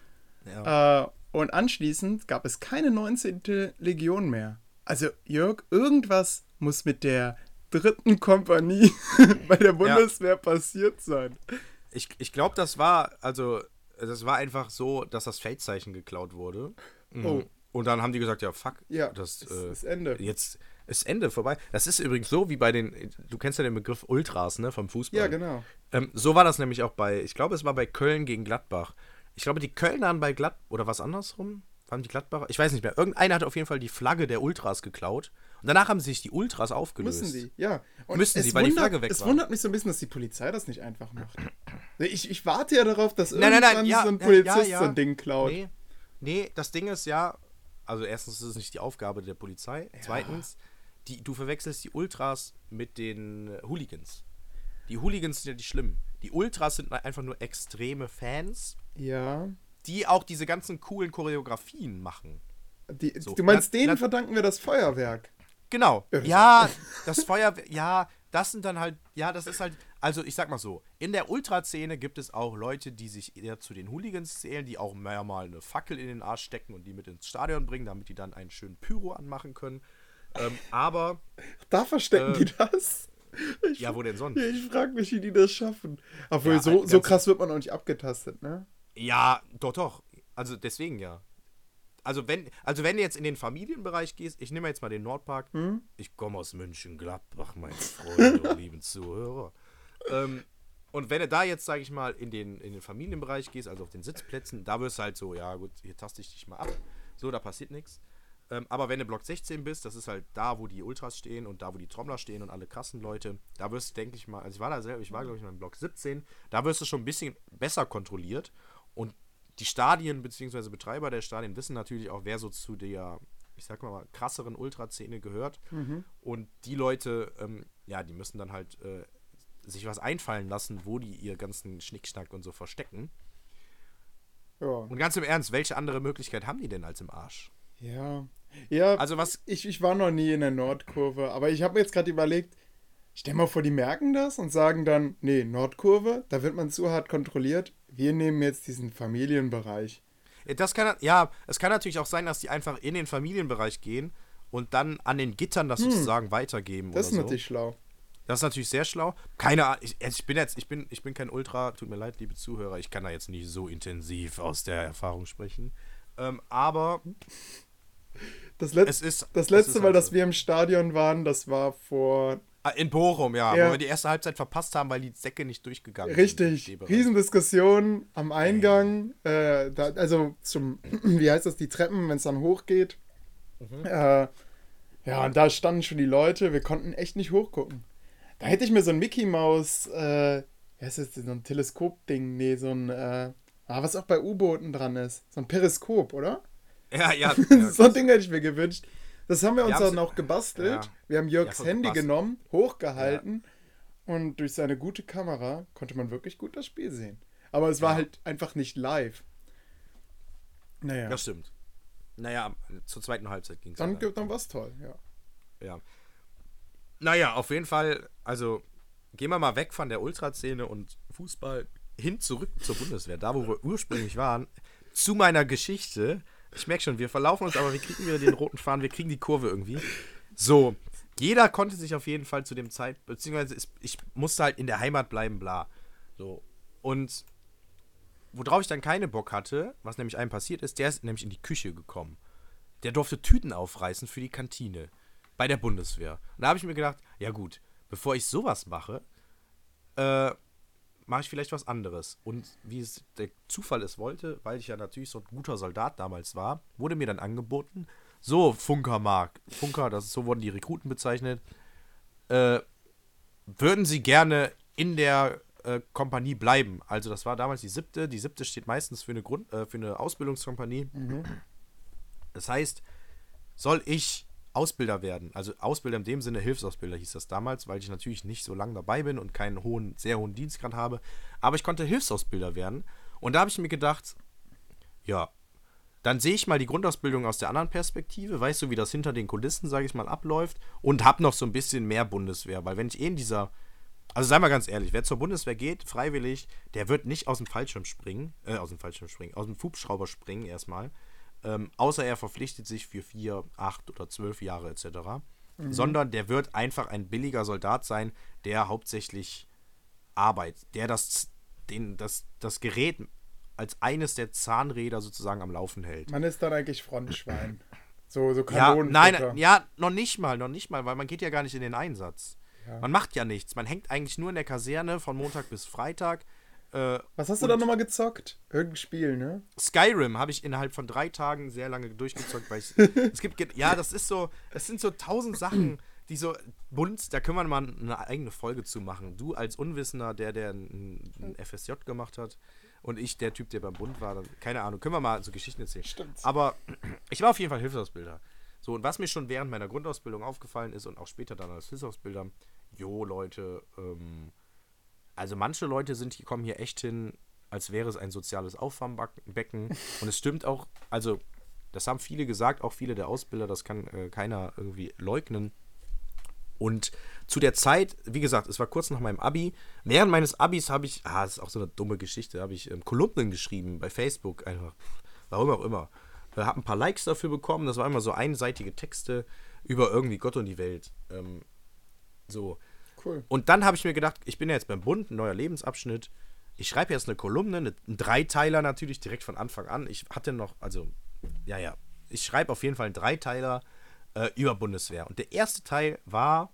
ja. Äh, und anschließend gab es keine neunzehnte Legion mehr. Also, Jörg, irgendwas muss mit der dritten Kompanie bei der Bundeswehr passiert sein. Ich, ich glaube, das war, also, das war einfach so, dass das Feldzeichen geklaut wurde. Mhm. Oh. Und dann haben die gesagt, ja, fuck, Ja, das, es äh, ist Ende. jetzt ist Ende vorbei. Das ist übrigens so wie bei den, du kennst ja den Begriff Ultras, ne, vom Fußball. Ja, genau. Ähm, so war das nämlich auch bei, ich glaube, es war bei Köln gegen Gladbach. Ich glaube, die Kölner haben bei Gladbach, oder was andersrum? Waren die Gladbacher? Ich weiß nicht mehr. Irgendeiner hat auf jeden Fall die Flagge der Ultras geklaut. Und danach haben sich die Ultras aufgelöst. Müssen sie, ja. Und Müssen es sie, weil die wundert, Flagge weg Es war. wundert mich so ein bisschen, dass die Polizei das nicht einfach macht. Ich, ich warte ja darauf, dass Nein, nein, irgendwann nein, ja, so ein ja, Polizist ja, ja. so ein Ding klaut. Nee, nee, das Ding ist ja, also erstens ist es nicht die Aufgabe der Polizei. Zweitens, die, du verwechselst die Ultras mit den äh, Hooligans. Die Hooligans sind ja die schlimmen. Die Ultras sind einfach nur extreme Fans, Ja. die auch diese ganzen coolen Choreografien machen. Die, So, du meinst, na- denen na- verdanken wir das Feuerwerk? Genau. Ja, das- Ja, das Feuerwehr, ja, das sind dann halt, ja, das ist halt, also ich sag mal so, in der Ultraszene gibt es auch Leute, die sich eher zu den Hooligans zählen, die auch mehr mal eine Fackel in den Arsch stecken und die mit ins Stadion bringen, damit die dann einen schönen Pyro anmachen können. Ähm, aber, Da verstecken Äh, die das? Ich, ja, wo denn sonst? ja, ich frage mich, wie die das schaffen. Obwohl, Ja, so, ganz- so krass wird man auch nicht abgetastet, ne? Ja, doch, doch. Also deswegen ja. Also wenn, also wenn du jetzt in den Familienbereich gehst, ich nehme jetzt mal den Nordpark, Hm? ich komme aus Mönchengladbach, mein Freund und lieben Zuhörer. Ähm, und wenn du da jetzt, sage ich mal, in den, in den Familienbereich gehst, also auf den Sitzplätzen, da wirst du halt so, ja gut, hier taste ich dich mal ab. So, da passiert nichts. Ähm, aber wenn du Block sechzehn bist, das ist halt da, wo die Ultras stehen und da, wo die Trommler stehen und alle krassen Leute, da wirst du, denke ich mal, also ich war da selber, ich war, glaube ich, mal in Block siebzehn, da wirst du schon ein bisschen besser kontrolliert und die Stadien bzw. Betreiber der Stadien wissen natürlich auch, wer so zu der, ich sag mal, krasseren Ultraszene gehört. Mhm. Und die Leute, ähm, ja, die müssen dann halt äh, sich was einfallen lassen, wo die ihr ganzen Schnickschnack und so verstecken. Ja. Und ganz im Ernst, welche andere Möglichkeit haben die denn als im Arsch? Ja. Ja, Also was, ich, ich war noch nie in der Nordkurve, aber ich habe mir jetzt gerade überlegt, stell mal vor, die merken das und sagen dann, nee, Nordkurve, da wird man zu hart kontrolliert, wir nehmen jetzt diesen Familienbereich. das kann, ja, es kann natürlich auch sein, dass die einfach in den Familienbereich gehen und dann an den Gittern das Hm. sozusagen weitergeben Das ist oder so. natürlich schlau. Das ist natürlich sehr schlau. Keine Ahnung, ich, ich bin jetzt, ich bin, ich bin kein Ultra, tut mir leid, liebe Zuhörer, ich kann da jetzt nicht so intensiv aus der Erfahrung sprechen. Ähm, aber Das, Let es ist. das es letzte ist Mal, halt dass so. wir im Stadion waren, das war vor... Ah, in Bochum, ja, Ja. wo wir die erste Halbzeit verpasst haben, weil die Säcke nicht durchgegangen Richtig, sind. Riesendiskussion am Eingang, äh, da, also zum, wie heißt das, die Treppen, wenn es dann hochgeht. Mhm. Äh, ja, und da standen schon die Leute, wir konnten echt nicht hochgucken. Da hätte ich mir so ein Mickey Maus, äh, wie heißt das, so ein Teleskop-Ding, nee, so ein, äh, ah, was auch bei U-Booten dran ist, so ein Periskop, oder? Ja, ja. ja So ein Ding hätte ich mir gewünscht. Das haben wir uns Wir haben's- dann auch gebastelt. ja. Wir haben Jörgs Ja, Handy gebastelt. genommen, hochgehalten und durch seine gute Kamera konnte man wirklich gut das Spiel sehen. Aber es war Ja. halt einfach nicht live. Naja, Das stimmt. Naja, zur zweiten Halbzeit ging es. dann, dann war es toll, ja. Ja. Naja, auf jeden Fall, also gehen wir mal weg von der Ultraszene und Fußball hin zurück zur Bundeswehr, da wo wir ursprünglich waren, zu meiner Geschichte. Ich merke schon, wir verlaufen uns, aber wir kriegen wieder den roten Faden, wir kriegen die Kurve irgendwie. So, jeder konnte sich auf jeden Fall zu dem Zeit, beziehungsweise ist, ich musste halt in der Heimat bleiben, bla. So, und worauf ich dann keine Bock hatte, was nämlich einem passiert ist, der ist nämlich in die Küche gekommen. Der durfte Tüten aufreißen für die Kantine bei der Bundeswehr. Und da habe ich mir gedacht, ja gut, bevor ich sowas mache, äh, mache ich vielleicht was anderes. Und wie es der Zufall es wollte, weil ich ja natürlich so ein guter Soldat damals war, wurde mir dann angeboten, so, Funker Mark, Funker, das ist, so wurden die Rekruten bezeichnet, äh, würden sie gerne in der äh, Kompanie bleiben. Also das war damals die siebte. Die siebte steht meistens für eine Grund, äh, für eine Ausbildungskompanie. Mhm. Das heißt, soll ich Ausbilder werden? Also Ausbilder in dem Sinne, Hilfsausbilder hieß das damals, weil ich natürlich nicht so lange dabei bin und keinen hohen, sehr hohen Dienstgrad habe. Aber ich konnte Hilfsausbilder werden. Und da habe ich mir gedacht, ja, dann sehe ich mal die Grundausbildung aus der anderen Perspektive, weißt du, wie das hinter den Kulissen, sage ich mal, abläuft und habe noch so ein bisschen mehr Bundeswehr, weil wenn ich eh in dieser, also sei mal ganz ehrlich, wer zur Bundeswehr geht, freiwillig, der wird nicht aus dem Fallschirm springen, äh, aus dem Fallschirm springen, aus dem Hubschrauber springen erstmal, ähm, außer er verpflichtet sich für vier, acht oder zwölf Jahre et cetera, mhm. sondern der wird einfach ein billiger Soldat sein, der hauptsächlich arbeitet, der das, den, das, das Gerät als eines der Zahnräder sozusagen am Laufen hält. Man ist dann eigentlich Frontschwein. So, so Ja, Kanonenfutter. nein, ja, noch nicht mal, noch nicht mal, weil man geht ja gar nicht in den Einsatz. Ja. Man macht ja nichts. Man hängt eigentlich nur in der Kaserne von Montag bis Freitag. Äh, Was hast du da nochmal gezockt? Irgendein Spiel, ne? Skyrim habe ich innerhalb von drei Tagen sehr lange durchgezockt, weil ich, es gibt, ge- ja, das ist so, es sind so tausend Sachen, die so bunt, da können wir mal eine eigene Folge zu machen. Du als Unwissender, der, der ein, ein F S J gemacht hat und ich, der Typ, der beim Bund war, dann, keine Ahnung, können wir mal so Geschichten erzählen. Stimmt. Aber ich war auf jeden Fall Hilfsausbilder. So, und was mir schon während meiner Grundausbildung aufgefallen ist und auch später dann als Hilfsausbilder, jo, Leute, ähm, also manche Leute sind, die kommen hier echt hin, als wäre es ein soziales Auffangbecken. Und es stimmt auch, also das haben viele gesagt, auch viele der Ausbilder, das kann äh, keiner irgendwie leugnen. Und zu der Zeit, wie gesagt, es war kurz nach meinem Abi. Während meines Abis habe ich, ah, das ist auch so eine dumme Geschichte, habe ich ähm, Kolumnen geschrieben bei Facebook, einfach, warum auch immer. Äh, habe ein paar Likes dafür bekommen, das waren immer so einseitige Texte über irgendwie Gott und die Welt. Ähm, so. Cool. Und dann habe ich mir gedacht, ich bin ja jetzt beim Bund, ein neuer Lebensabschnitt. Ich schreibe jetzt eine Kolumne, eine, einen Dreiteiler natürlich direkt von Anfang an. Ich hatte noch, also, ja, ja, ich schreibe auf jeden Fall einen Dreiteiler äh, über Bundeswehr. Und der erste Teil war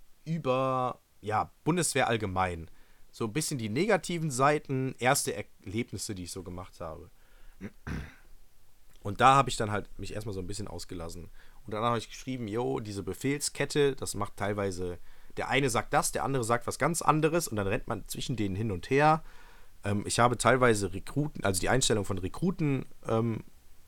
über, ja, Bundeswehr allgemein. So ein bisschen die negativen Seiten, erste Erlebnisse, die ich so gemacht habe. Und da habe ich dann halt mich erstmal so ein bisschen ausgelassen. Und dann habe ich geschrieben, jo, diese Befehlskette, das macht teilweise, der eine sagt das, der andere sagt was ganz anderes und dann rennt man zwischen denen hin und her. Ähm, ich habe teilweise Rekruten, also die Einstellung von Rekruten, ähm,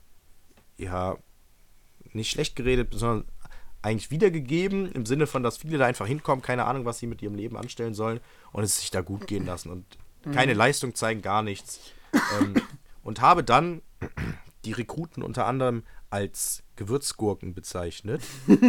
ja, nicht schlecht geredet, sondern eigentlich wiedergegeben, im Sinne von, dass viele da einfach hinkommen, keine Ahnung, was sie mit ihrem Leben anstellen sollen und es sich da gut gehen lassen und keine Leistung zeigen, gar nichts. Ähm, und habe dann die Rekruten unter anderem als Gewürzgurken bezeichnet.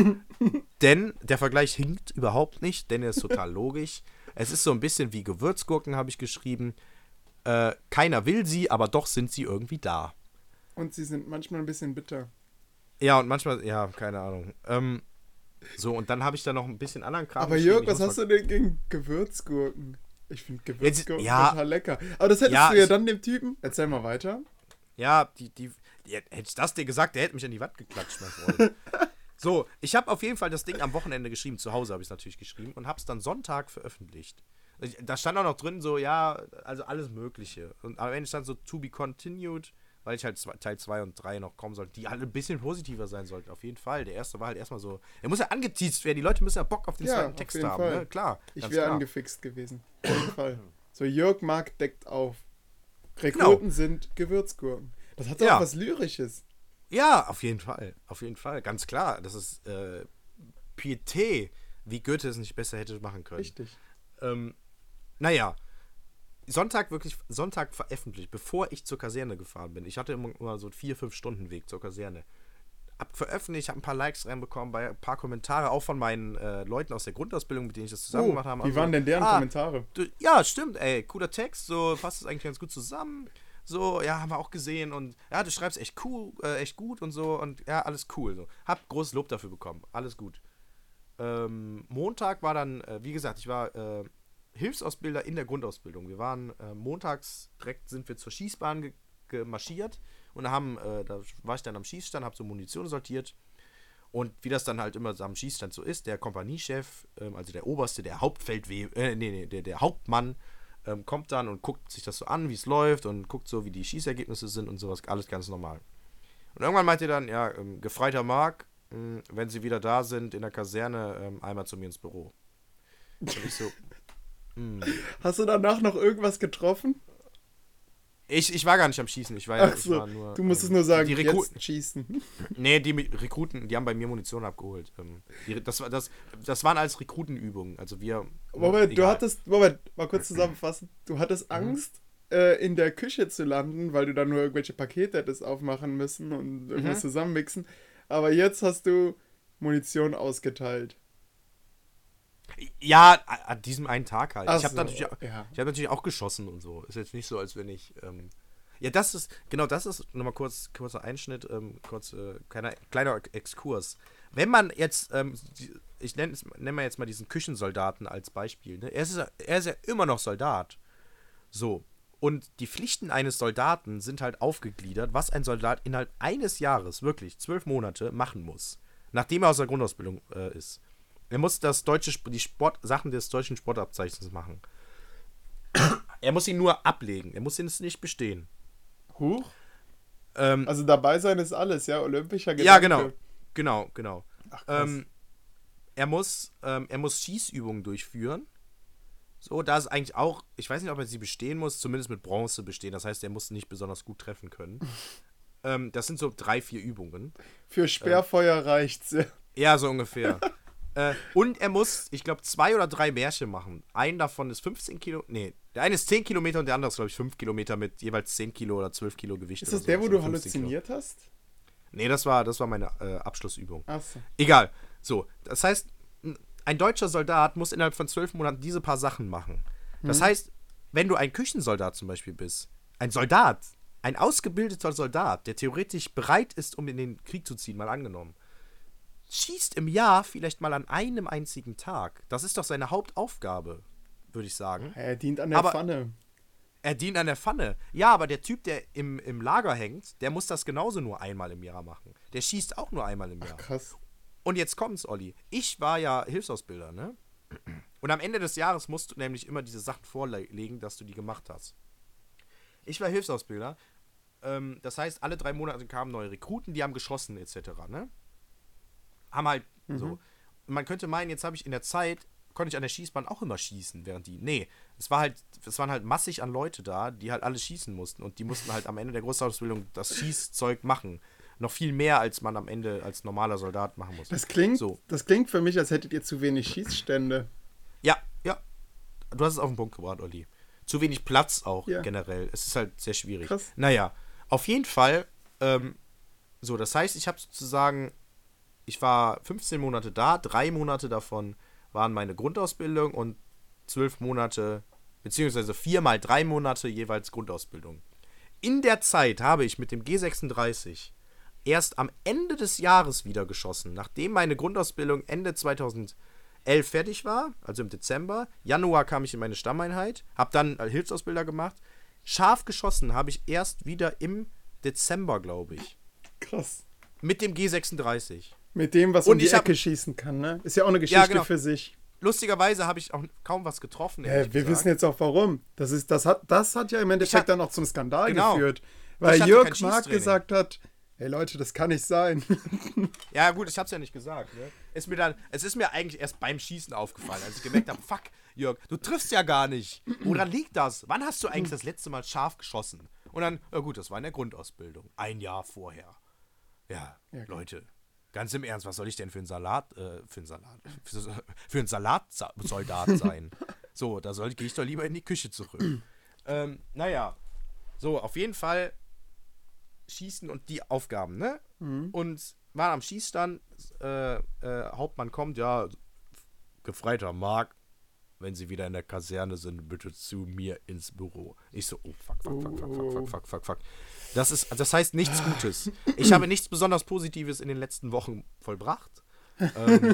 Denn der Vergleich hinkt überhaupt nicht, denn er ist total logisch. Es ist so ein bisschen wie Gewürzgurken, habe ich geschrieben. Äh, keiner will sie, aber doch sind sie irgendwie da. Und sie sind manchmal ein bisschen bitter. Ja, und manchmal, ja, keine Ahnung. Ähm, so, und dann habe ich da noch ein bisschen anderen Kram Aber Jörg, was hast du denn gegen Gewürzgurken? Ich finde Gewürzgurken ja, total lecker. Aber das hättest ja, du ja ich, dann dem Typen... Erzähl mal weiter. Ja, die, die, die, hätte ich das dir gesagt, der hätte mich an die Wand geklatscht, mein Freund. So, ich habe auf jeden Fall das Ding am Wochenende geschrieben, zu Hause habe ich es natürlich geschrieben und habe es dann Sonntag veröffentlicht. Da stand auch noch drin so, ja, also alles Mögliche. Und am Ende stand so, to be continued, weil ich halt zwei, Teil zwei und drei noch kommen sollte, die alle ein bisschen positiver sein sollten, auf jeden Fall. Der erste war halt erstmal so, der muss ja angeteased werden, die Leute müssen ja Bock auf den Ja, zweiten Text haben, Fall. ne? Klar. Ich wäre angefixt gewesen, auf jeden Fall. So, Jörg Mark deckt auf. Rekruten genau. sind Gewürzgurken. Das hat doch ja. was Lyrisches. Ja, auf jeden Fall, auf jeden Fall, ganz klar. Das ist äh, Pietät, wie Goethe es nicht besser hätte machen können. Richtig. Ähm, naja, Sonntag wirklich, Sonntag veröffentlicht, bevor ich zur Kaserne gefahren bin. Ich hatte immer, immer so einen vier, fünf Stunden Weg zur Kaserne. Hab veröffentlicht, hab ein paar Likes reinbekommen, bei ein paar Kommentare, auch von meinen äh, Leuten aus der Grundausbildung, mit denen ich das zusammen oh, gemacht habe. Wie also, waren denn deren ah, Kommentare? Du, ja, stimmt, ey, cooler Text, so passt es eigentlich ganz gut zusammen. So, ja, haben wir auch gesehen und ja, du schreibst echt cool, äh, echt gut und so und ja, alles cool. So. Hab großes Lob dafür bekommen, alles gut. Ähm, Montag war dann, äh, wie gesagt, ich war äh, Hilfsausbilder in der Grundausbildung. Wir waren äh, montags direkt sind wir zur Schießbahn ge- gemarschiert und haben, äh, da war ich dann am Schießstand, hab so Munition sortiert und wie das dann halt immer am Schießstand so ist, der Kompaniechef, ähm, also der Oberste, der Hauptfeldwebel, äh, nee, nee, der, der Hauptmann, Ähm, kommt dann und guckt sich das so an, wie es läuft und guckt so, wie die Schießergebnisse sind und sowas, alles ganz normal. Und irgendwann meint er dann, ja, ähm, gefreiter Marc, ähm, wenn Sie wieder da sind in der Kaserne, ähm, einmal zu mir ins Büro. Und ich so, mh. Hast du danach noch irgendwas getroffen? Ich, ich war gar nicht am Schießen, ich war ja Ach so, ich war nur, du musstest ähm, nur sagen, die Rekruten, jetzt schießen. Nee, die Rekruten, die haben bei mir Munition abgeholt. Ähm, die, das, das, das waren alles Rekrutenübungen, also wir... Moment, du hattest, Moment, mal kurz zusammenfassen, du hattest Angst, mhm. äh, in der Küche zu landen, weil du dann nur irgendwelche Pakete hättest aufmachen müssen und irgendwas mhm. zusammenmixen, aber jetzt hast du Munition ausgeteilt. Ja, an diesem einen Tag halt. Ach ich habe so, natürlich, ja. ich hab natürlich auch geschossen und so. Ist jetzt nicht so, als wenn ich... Ähm, ja, das ist, genau das ist, nochmal kurz, kurzer Einschnitt, ähm, kurz, äh, kleiner, kleiner Exkurs. Wenn man jetzt, ähm, ich nenne nenn mal jetzt mal diesen Küchensoldaten als Beispiel, ne? er, ist, er ist ja immer noch Soldat. So. Und die Pflichten eines Soldaten sind halt aufgegliedert, was ein Soldat innerhalb eines Jahres, wirklich zwölf Monate, machen muss. Nachdem er aus der Grundausbildung äh, ist. Er muss das deutsche, die Sport, Sachen des deutschen Sportabzeichens machen. Er muss ihn nur ablegen. Er muss ihn nicht bestehen. Huch. Ähm, also dabei sein ist alles, ja? Olympischer Gedanke. Ja, genau. Genau, genau. Ach, krass. Ähm, er muss, ähm, er muss Schießübungen durchführen. So, da ist eigentlich auch, ich weiß nicht, ob er sie bestehen muss, zumindest mit Bronze bestehen. Das heißt, er muss nicht besonders gut treffen können. ähm, das sind so drei, vier Übungen. Für Sperrfeuer ähm, reicht's. Ja, so ungefähr. Äh, und er muss, ich glaube, zwei oder drei Märsche machen. Ein davon ist fünfzehn Kilo, nee, der eine ist zehn Kilometer und der andere ist, glaube ich, fünf Kilometer mit jeweils zehn Kilo oder zwölf Kilo Gewicht. Ist das so, der, wo also du halluziniert Kilo. hast? Nee, das war, das war meine äh, Abschlussübung. Ach so. Egal. So, das heißt, ein deutscher Soldat muss innerhalb von zwölf Monaten diese paar Sachen machen. Das hm. heißt, wenn du ein Küchensoldat zum Beispiel bist, ein Soldat, ein ausgebildeter Soldat, der theoretisch bereit ist, um in den Krieg zu ziehen, mal angenommen, schießt im Jahr vielleicht mal an einem einzigen Tag. Das ist doch seine Hauptaufgabe, würde ich sagen. Er dient an der aber Pfanne. Er dient an der Pfanne. Ja, aber der Typ, der im, im Lager hängt, der muss das genauso nur einmal im Jahr machen. Der schießt auch nur einmal im Jahr. Ach, krass. Und jetzt kommt's, Olli. Ich war ja Hilfsausbilder, ne? Und am Ende des Jahres musst du nämlich immer diese Sachen vorlegen, dass du die gemacht hast. Ich war Hilfsausbilder ähm, das heißt, alle drei Monate kamen neue Rekruten, die haben geschossen, et cetera, ne? Haben halt Mhm. so. Und man könnte meinen, jetzt habe ich in der Zeit, konnte ich an der Schießbahn auch immer schießen, während die. Nee, es war halt, es waren halt massig an Leute da, die halt alle schießen mussten. Und die mussten halt am Ende der Großausbildung das Schießzeug machen. Noch viel mehr, als man am Ende als normaler Soldat machen muss. Das klingt, so. das klingt für mich, als hättet ihr zu wenig Schießstände. Ja, ja. Du hast es auf den Punkt gebracht, Olli. Zu wenig Platz auch Ja. generell. Es ist halt sehr schwierig. Krass. Naja, auf jeden Fall, ähm, so, das heißt, ich habe sozusagen, ich war fünfzehn Monate da, drei Monate davon waren meine Grundausbildung und zwölf Monate, beziehungsweise vier mal drei Monate jeweils Grundausbildung. In der Zeit habe ich mit dem G sechsunddreißig erst am Ende des Jahres wieder geschossen, nachdem meine Grundausbildung Ende zweitausendelf fertig war, also im Dezember. Januar kam ich in meine Stammeinheit, habe dann Hilfsausbilder gemacht. Scharf geschossen habe ich erst wieder im Dezember, glaube ich. Krass. Mit dem G sechsunddreißig. Mit dem, was Und um die ich hab- Ecke schießen kann, ne? Ist ja auch eine Geschichte genau. für sich. Lustigerweise habe ich auch kaum was getroffen. Ja, ehrlich wir gesagt. wissen jetzt auch warum. Das, ist, das, hat, das hat ja im Endeffekt hab- dann auch zum Skandal Genau. geführt. Ich Weil hatte Jörg kein Mark Schießtraining. gesagt hat, hey Leute, das kann nicht sein. Ja, gut, ich hab's ja nicht gesagt, ne? Ist mir dann, es ist mir eigentlich erst beim Schießen aufgefallen, als ich gemerkt habe, fuck, Jörg, du triffst ja gar nicht. Woran liegt das? Wann hast du eigentlich das letzte Mal scharf geschossen? Und dann, ja gut, das war in der Grundausbildung. Ein Jahr vorher. Ja, Ja, klar. Leute, ganz im Ernst, was soll ich denn für ein Salat, äh, für ein Salat, für, für ein Salatsoldat sein? So, da soll, gehe ich doch lieber in die Küche zurück. ähm, naja, so, auf jeden Fall Schießen und die Aufgaben, ne? Mhm. Und war am Schießstand, äh, äh, Hauptmann kommt, ja, gefreiter Mark, wenn Sie wieder in der Kaserne sind, bitte zu mir ins Büro. Ich so, oh, fuck, fuck, fuck, fuck, fuck, fuck, fuck, fuck, fuck. Das ist, das heißt nichts Gutes. Ich habe nichts besonders Positives in den letzten Wochen vollbracht. Ähm,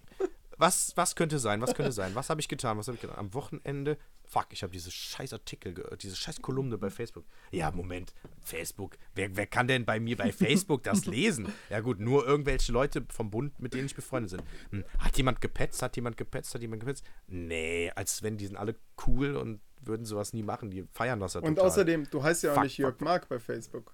was, was könnte sein? Was könnte sein? Was habe ich getan? Was habe ich getan? Am Wochenende, fuck, ich habe diese scheiß Artikel, ge- diese scheiß Kolumne bei Facebook. Ja, Moment, Facebook. Wer, wer kann denn bei mir bei Facebook das lesen? Ja gut, nur irgendwelche Leute vom Bund, mit denen ich befreundet bin. Hm, hat jemand gepetzt? Hat jemand gepetzt? Hat jemand gepetzt? Nee, als wenn die sind alle cool und würden sowas nie machen. Die feiern das ja Und total. außerdem, du heißt ja auch Fuck, nicht Jörg fuck, Mark bei Facebook.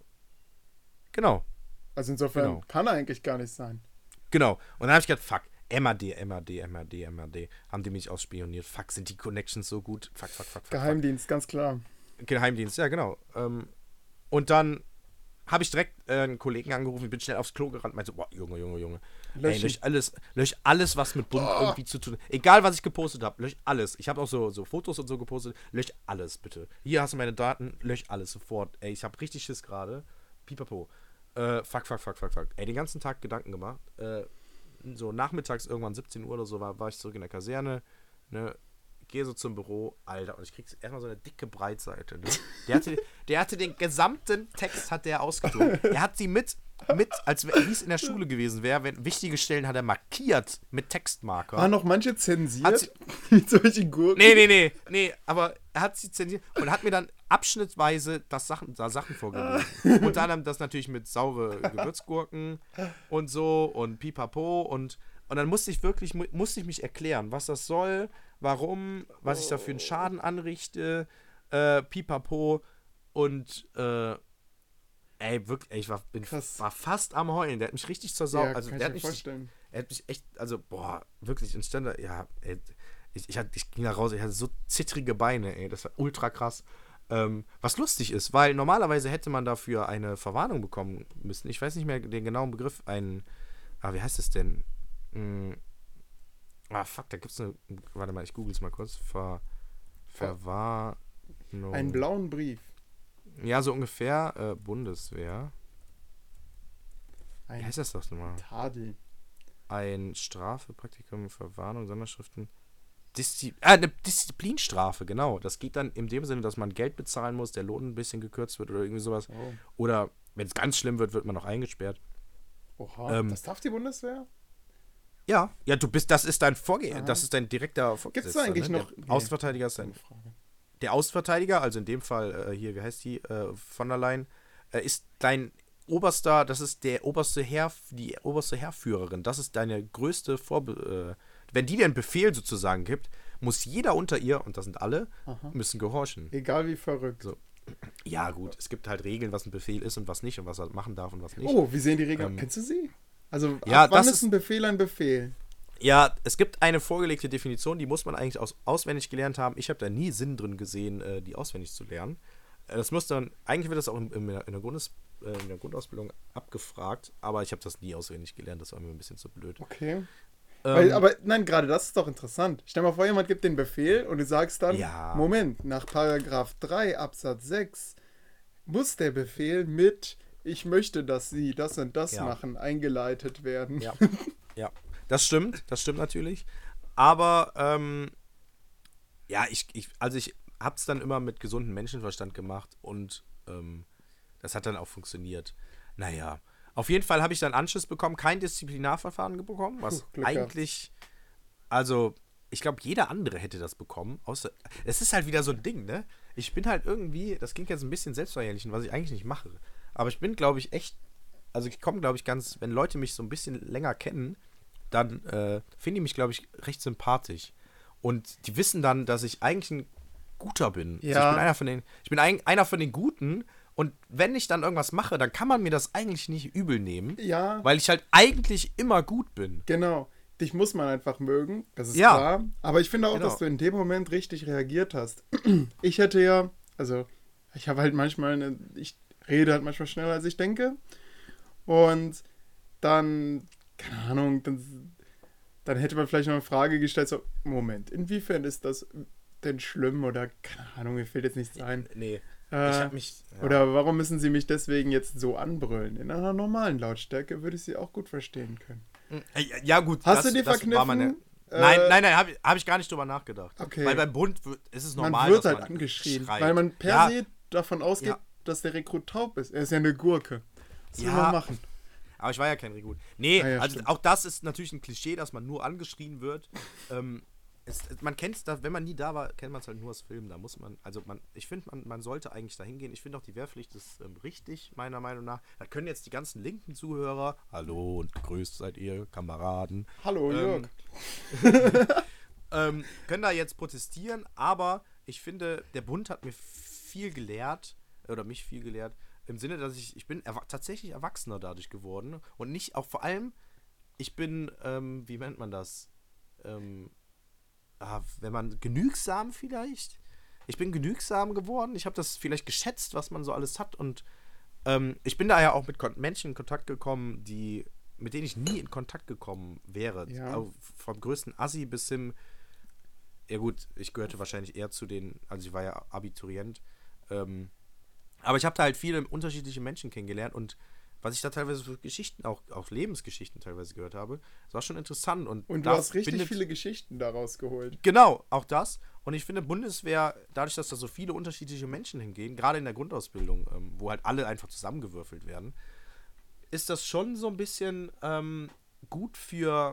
Genau, Also insofern Genau. kann er eigentlich gar nicht sein. genau. Und dann habe ich gedacht, fuck, M A D, M A D, M A D, M A D. Haben die mich ausspioniert? Fuck, sind die Connections so gut? Fuck, fuck, fuck, fuck. Geheimdienst, ganz klar. fuck. Geheimdienst, ja, genau. Ähm, und dann habe ich direkt äh, einen Kollegen angerufen, bin schnell aufs Klo gerannt, meinte so, boah, Junge, Junge, Junge. Ey, Löschen. lösch alles, lösch alles, was mit Bund irgendwie zu tun hat. Egal, was ich gepostet habe, lösch alles. Ich habe auch so, so Fotos und so gepostet. Lösch alles, bitte. Hier hast du meine Daten, lösch alles sofort. Ey, ich habe richtig Schiss gerade. Pipapo. Äh, fuck, fuck, fuck, fuck, fuck. Ey, den ganzen Tag Gedanken gemacht. Äh, so nachmittags, irgendwann siebzehn Uhr oder so, war, war ich zurück in der Kaserne. Ne, gehe so zum Büro, Alter, und ich krieg erstmal so eine dicke Breitseite. Ne? Der, hatte, der hatte den gesamten Text hat der ausgedruckt. Er hat sie mit, mit als wie es in der Schule gewesen wäre, wenn wichtige Stellen hat er markiert mit Textmarker. Waren noch manche Hat zensiert? sie- Mit solchen Gurken? Nee, nee, nee, nee, aber er hat sie zensiert und hat mir dann abschnittweise das Sachen, da Sachen vorgelesen. Unter anderem das natürlich mit saure Gewürzgurken und so und pipapo und, und dann musste ich wirklich, mu- musste ich mich erklären, was das soll, warum, was ich da für einen Schaden anrichte, äh, pipapo und, äh, ey, wirklich, ey, ich war, bin, Krass. war fast am Heulen, der hat mich richtig zur Sau, Ja, also kann der ich hat mir mich, vorstellen. er hat mich echt, also, boah, wirklich, in Stand, ja, ey, ich, ich, hatte, ich ging da raus, ich hatte so zittrige Beine, ey, das war ultra krass. Ähm, was lustig ist, weil normalerweise hätte man dafür eine Verwarnung bekommen müssen. Ich weiß nicht mehr den genauen Begriff, ein, ah, wie heißt es denn? Hm, ah, fuck, da gibt's eine, warte mal, ich google es mal kurz, Ver, Verwarnung. Einen blauen Brief. Ja, so ungefähr, äh, Bundeswehr. Wie Ein heißt das doch nochmal? Tadel. Ein Strafe, Praktikum, Verwarnung, Sonderschriften. Diszi ah, eine Disziplinstrafe, genau. Das geht dann in dem Sinne, dass man Geld bezahlen muss, der Lohn ein bisschen gekürzt wird oder irgendwie sowas. Oh. Oder wenn es ganz schlimm wird, wird man noch eingesperrt. Oha, Ähm, das darf die Bundeswehr? Ja, ja, du bist, das ist dein Vorgehen, Aha. das ist dein direkter Gibt's Vorgesetzter. da eigentlich ne? noch... Der Außenverteidiger ist dein. Frage. Der Außenverteidiger, also in dem Fall äh, hier, wie heißt die, äh, von der Leyen, äh, ist dein oberster, das ist der oberste Herr, die oberste Heerführerin. Das ist deine größte Vorbe... Äh, wenn die dir einen Befehl sozusagen gibt, muss jeder unter ihr, und das sind alle, Aha. müssen gehorchen. Egal wie verrückt. So. Ja, gut, es gibt halt Regeln, was ein Befehl ist und was nicht und was er machen darf und was nicht. Oh, wie sehen die Regeln? Ähm, Kennst du sie? Also, ja, ab wann das ist ein Befehl ein Befehl? Ja, es gibt eine vorgelegte Definition, die muss man eigentlich aus, auswendig gelernt haben. Ich habe da nie Sinn drin gesehen, äh, die auswendig zu lernen. Äh, das muss dann, eigentlich wird das auch in, in, der, in, der Grundes, äh, in der Grundausbildung abgefragt, aber ich habe das nie auswendig gelernt, das war mir ein bisschen zu blöd. Okay. Ähm, Weil, aber nein, gerade das ist doch interessant. Stell mal vor, jemand gibt den Befehl und du sagst dann, Ja. Moment, nach Paragraph drei Absatz sechs muss der Befehl mit ich möchte, dass Sie das und das Ja. machen, eingeleitet werden. Ja, ja, das stimmt, das stimmt natürlich. Aber, ähm, ja, ich, ich also ich habe es dann immer mit gesundem Menschenverstand gemacht und ähm, das hat dann auch funktioniert. Naja, auf jeden Fall habe ich dann Anschluss bekommen, kein Disziplinarverfahren bekommen, was Puh, Glück eigentlich, also ich glaube, jeder andere hätte das bekommen. Außer, es ist halt wieder so ein Ding, ne? Ich bin halt irgendwie, das klingt jetzt ein bisschen selbstverherrlichen, was ich eigentlich nicht mache. Aber ich bin, glaube ich, echt, also ich komme, glaube ich, ganz, wenn Leute mich so ein bisschen länger kennen, dann äh, finden die mich, glaube ich, recht sympathisch. Und die wissen dann, dass ich eigentlich ein Guter bin. Also Ja. ich bin einer von den, ich bin ein, einer von den Guten. Und wenn ich dann irgendwas mache, dann kann man mir das eigentlich nicht übel nehmen, Ja, weil ich halt eigentlich immer gut bin. genau. Dich muss man einfach mögen, das ist Ja. klar. Aber ich finde auch, Genau. dass du in dem Moment richtig reagiert hast. Ich hätte ja, also ich habe halt manchmal, eine, ich rede halt manchmal schneller, als ich denke. Und dann, keine Ahnung, dann, dann hätte man vielleicht noch eine Frage gestellt, so, Moment, inwiefern ist das denn schlimm oder, keine Ahnung, mir fällt jetzt nichts ein. Nee. Äh, ich hab mich. Ja. Oder warum müssen sie mich deswegen jetzt so anbrüllen? In einer normalen Lautstärke würde ich sie auch gut verstehen können. Äh, Ja, gut. Hast das, du dir das verkniffen? war meine, Äh, nein, nein, nein, habe hab ich gar nicht drüber nachgedacht. Okay. Weil beim Bund wird- ist es Man normal, wird dass halt man angeschrien, schreit. weil man per Ja, se davon ausgeht, Ja. dass der Rekrut taub ist. Er ist ja eine Gurke. Was will Ja. man machen? Aber ich war ja kein Rekrut. Nee, Ah ja, also stimmt. auch das ist natürlich ein Klischee, dass man nur angeschrien wird. ähm, es, man kennt es, wenn man nie da war, kennt man es halt nur aus Filmen. Da muss man, also man, ich finde, man, man sollte eigentlich da hingehen. Ich finde auch, die Wehrpflicht ist ähm, richtig, meiner Meinung nach. Da können jetzt die ganzen linken Zuhörer, hallo und gegrüßt seid ihr, Kameraden, Hallo, Jörg. Ähm, ähm, können da jetzt protestieren, aber ich finde, der Bund hat mir viel gelehrt, oder mich viel gelehrt, im Sinne, dass ich, ich bin erwa- tatsächlich erwachsener dadurch geworden und nicht, auch vor allem, ich bin, ähm, wie nennt man das? Ähm, ah, wenn man, genügsam vielleicht? Ich bin genügsam geworden, ich habe das vielleicht geschätzt, was man so alles hat und ähm, ich bin daher auch mit Kon- Menschen in Kontakt gekommen, die, mit denen ich nie in Kontakt gekommen wäre. Ja. Auch vom größten Assi bis hin, ja gut, ich gehörte wahrscheinlich eher zu den, also ich war ja Abiturient, ähm, aber ich habe da halt viele unterschiedliche Menschen kennengelernt und was ich da teilweise für Geschichten, auch, auch Lebensgeschichten teilweise gehört habe, das war schon interessant. Und, Und du da hast richtig findet- viele Geschichten daraus geholt. Genau, auch das. Und ich finde, Bundeswehr, dadurch, dass da so viele unterschiedliche Menschen hingehen, gerade in der Grundausbildung, ähm, wo halt alle einfach zusammengewürfelt werden, ist das schon so ein bisschen ähm, gut für,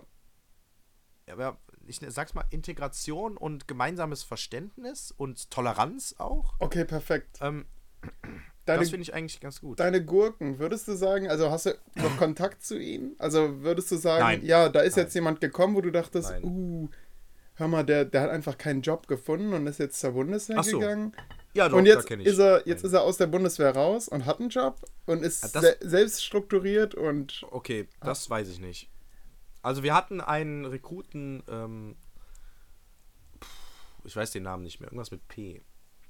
ja, ich sag's mal, Integration und gemeinsames Verständnis und Toleranz auch. Okay, perfekt. Ähm, Deine, das finde ich eigentlich ganz gut. deine Gurken, würdest du sagen, also hast du noch Kontakt zu ihnen? Also würdest du sagen, Nein. ja, da ist Nein. jetzt jemand gekommen, wo du dachtest, Nein. uh, hör mal, der, der hat einfach keinen Job gefunden und ist jetzt zur Bundeswehr Ach so. gegangen. Ja, doch, Und da jetzt kenn ich ist er, jetzt einen. ist er aus der Bundeswehr raus und hat einen Job und ist Ah, das- se selbst strukturiert und Okay, das weiß ich nicht. Also wir hatten einen Rekruten, ähm, pff, ich weiß den Namen nicht mehr, irgendwas mit P.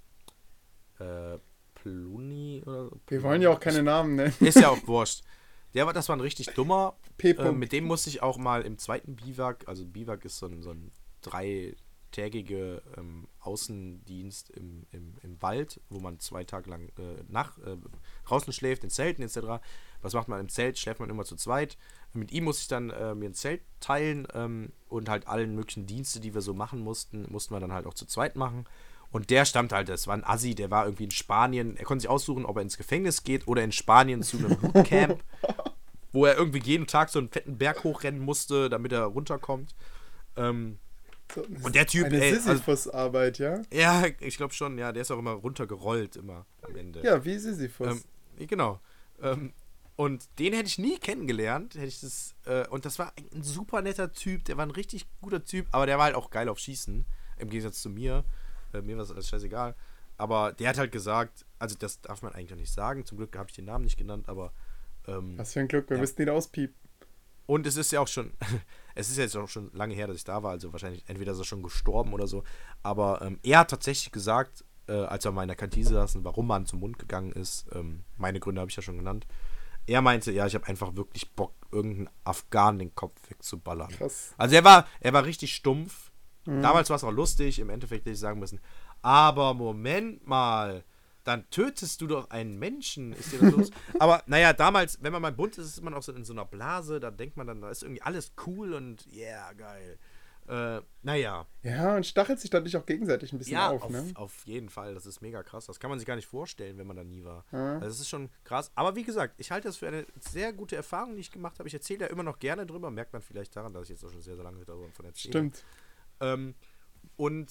Äh, Pluni oder so. wir wollen ja auch keine Namen nennen. Ist ja auch wurscht. Der war, das war ein richtig dummer. P. Äh, mit dem musste ich auch mal im zweiten Biwak, also Biwak ist so ein, so ein dreitägige ähm, Außendienst im, im, im Wald, wo man zwei Tage lang äh, nach, äh, draußen schläft, in Zelten et cetera. Was macht man im Zelt? Schläft man immer zu zweit. Mit ihm musste ich dann äh, mir ein Zelt teilen ähm, und halt allen möglichen Dienste, die wir so machen mussten, mussten wir dann halt auch zu zweit machen. Und der stammt halt, das war ein Assi, der war irgendwie in Spanien. Er konnte sich aussuchen, ob er ins Gefängnis geht oder in Spanien zu einem Bootcamp, wo er irgendwie jeden Tag so einen fetten Berg hochrennen musste, damit er runterkommt. Ähm, So, Und der Typ, eine ey, also- Sisyphus-Arbeit, ja? ja, ich glaube schon, ja, der ist auch immer runtergerollt, immer am Ende. Ja, wie Sisyphus. Ähm, genau. Ähm, und den hätte ich nie kennengelernt, hätte ich das, äh, und das war ein super netter Typ, der war ein richtig guter Typ, aber der war halt auch geil auf Schießen, im Gegensatz zu mir. Äh, mir war das alles scheißegal. aber der hat halt gesagt, also das darf man eigentlich noch nicht sagen, zum Glück habe ich den Namen nicht genannt, aber ähm, Was für ein Glück, wir ja. müssten ihn auspiepen. Und es ist ja auch schon, es ist jetzt auch schon lange her, dass ich da war, also wahrscheinlich entweder ist er schon gestorben oder so, aber ähm, er hat tatsächlich gesagt, äh, als wir mal in der Kantine saßen, warum man zum Mund gegangen ist, ähm, meine Gründe habe ich ja schon genannt, er meinte, ja, ich habe einfach wirklich Bock, irgendeinen Afghanen den Kopf wegzuballern. Krass. Also er war, er war richtig stumpf, Mhm. damals war es auch lustig, im Endeffekt hätte ich sagen müssen, aber Moment mal, dann tötest du doch einen Menschen. Ist dir das los? Aber naja, damals, wenn man mal bunt ist, ist man auch so in so einer Blase, da denkt man dann, da ist irgendwie alles cool und yeah, geil. Äh, naja. Ja, und stachelt sich dann nicht auch gegenseitig ein bisschen Ja, auf, auf, ne? auf jeden Fall, das ist mega krass. Das kann man sich gar nicht vorstellen, wenn man da nie war. Ja. Also das ist schon krass. Aber wie gesagt, ich halte das für eine sehr gute Erfahrung, die ich gemacht habe. Ich erzähle ja immer noch gerne drüber, merkt man vielleicht daran, dass ich jetzt auch schon sehr, sehr lange davon erzähle. Stimmt. Ähm, und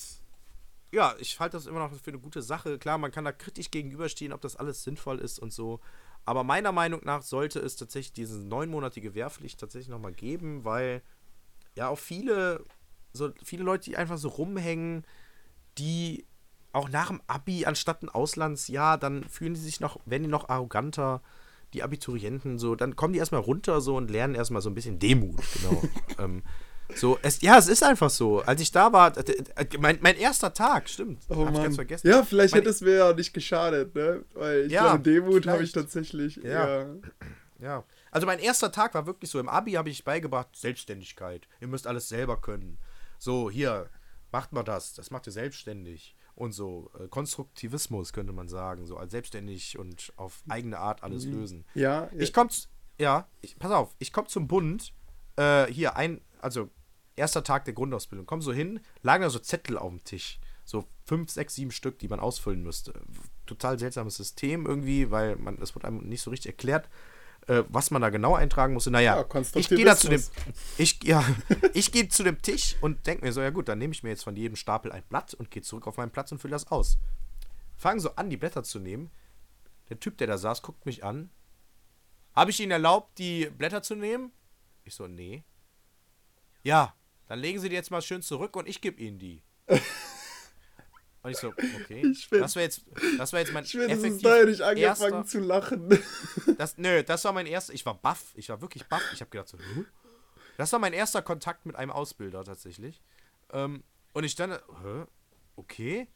ja, ich halte das immer noch für eine gute Sache. Klar, man kann da kritisch gegenüberstehen, ob das alles sinnvoll ist und so. Aber meiner Meinung nach sollte es tatsächlich diese neunmonatige Wehrpflicht tatsächlich nochmal geben, weil ja auch viele, so viele Leute, die einfach so rumhängen, die auch nach dem Abi anstatt ein Auslandsjahr, dann fühlen die sich noch, wenn die noch arroganter, die Abiturienten so, dann kommen die erstmal runter so und lernen erstmal so ein bisschen Demut, genau. ähm, So, es, ja, es ist einfach so. Als ich da war, mein, mein erster Tag, stimmt. Oh hab ich Mann. ganz vergessen. Ja, vielleicht Mein- hätte es mir ja nicht geschadet, ne? Weil ich Ja, glaube, Demut habe ich vielleicht. tatsächlich Ja. eher. Ja. Also mein erster Tag war wirklich so, im Abi habe ich beigebracht, Selbstständigkeit. Ihr müsst alles selber können. So, hier, macht mal das. Das macht ihr selbstständig. Und so, äh, Konstruktivismus könnte man sagen. So, als selbstständig und auf eigene Art alles lösen. Ja, Ich komm, z- ja, ich, pass auf, ich komm zum Bund, äh, hier, ein, also, erster Tag der Grundausbildung, komm so hin, lagen da so Zettel auf dem Tisch, so fünf, sechs, sieben Stück, die man ausfüllen müsste. Total seltsames System irgendwie, weil man, das wurde einem nicht so richtig erklärt, äh, was man da genau eintragen musste. Naja, Ja, ich gehe da zu dem, Konstruktivismus. ich, ja, ich gehe zu dem Tisch und denke mir so, ja gut, dann nehme ich mir jetzt von jedem Stapel ein Blatt und gehe zurück auf meinen Platz und fülle das aus. Fangen so an, die Blätter zu nehmen. Der Typ, der da saß, guckt mich an. Habe ich Ihnen erlaubt, die Blätter zu nehmen? Ich so, nee. Ja, dann legen Sie die jetzt mal schön zurück und ich gebe Ihnen die. Und ich so, okay. Ich find- das wäre jetzt, das war jetzt mein Spätestens effektiv da hätte ich angefangen erster, zu lachen. das, nö, das war mein erster, ich war baff, ich war wirklich baff. Ich habe gedacht so, Hä? Das war mein erster Kontakt mit einem Ausbilder tatsächlich. Ähm, und ich dann, hä? Okay.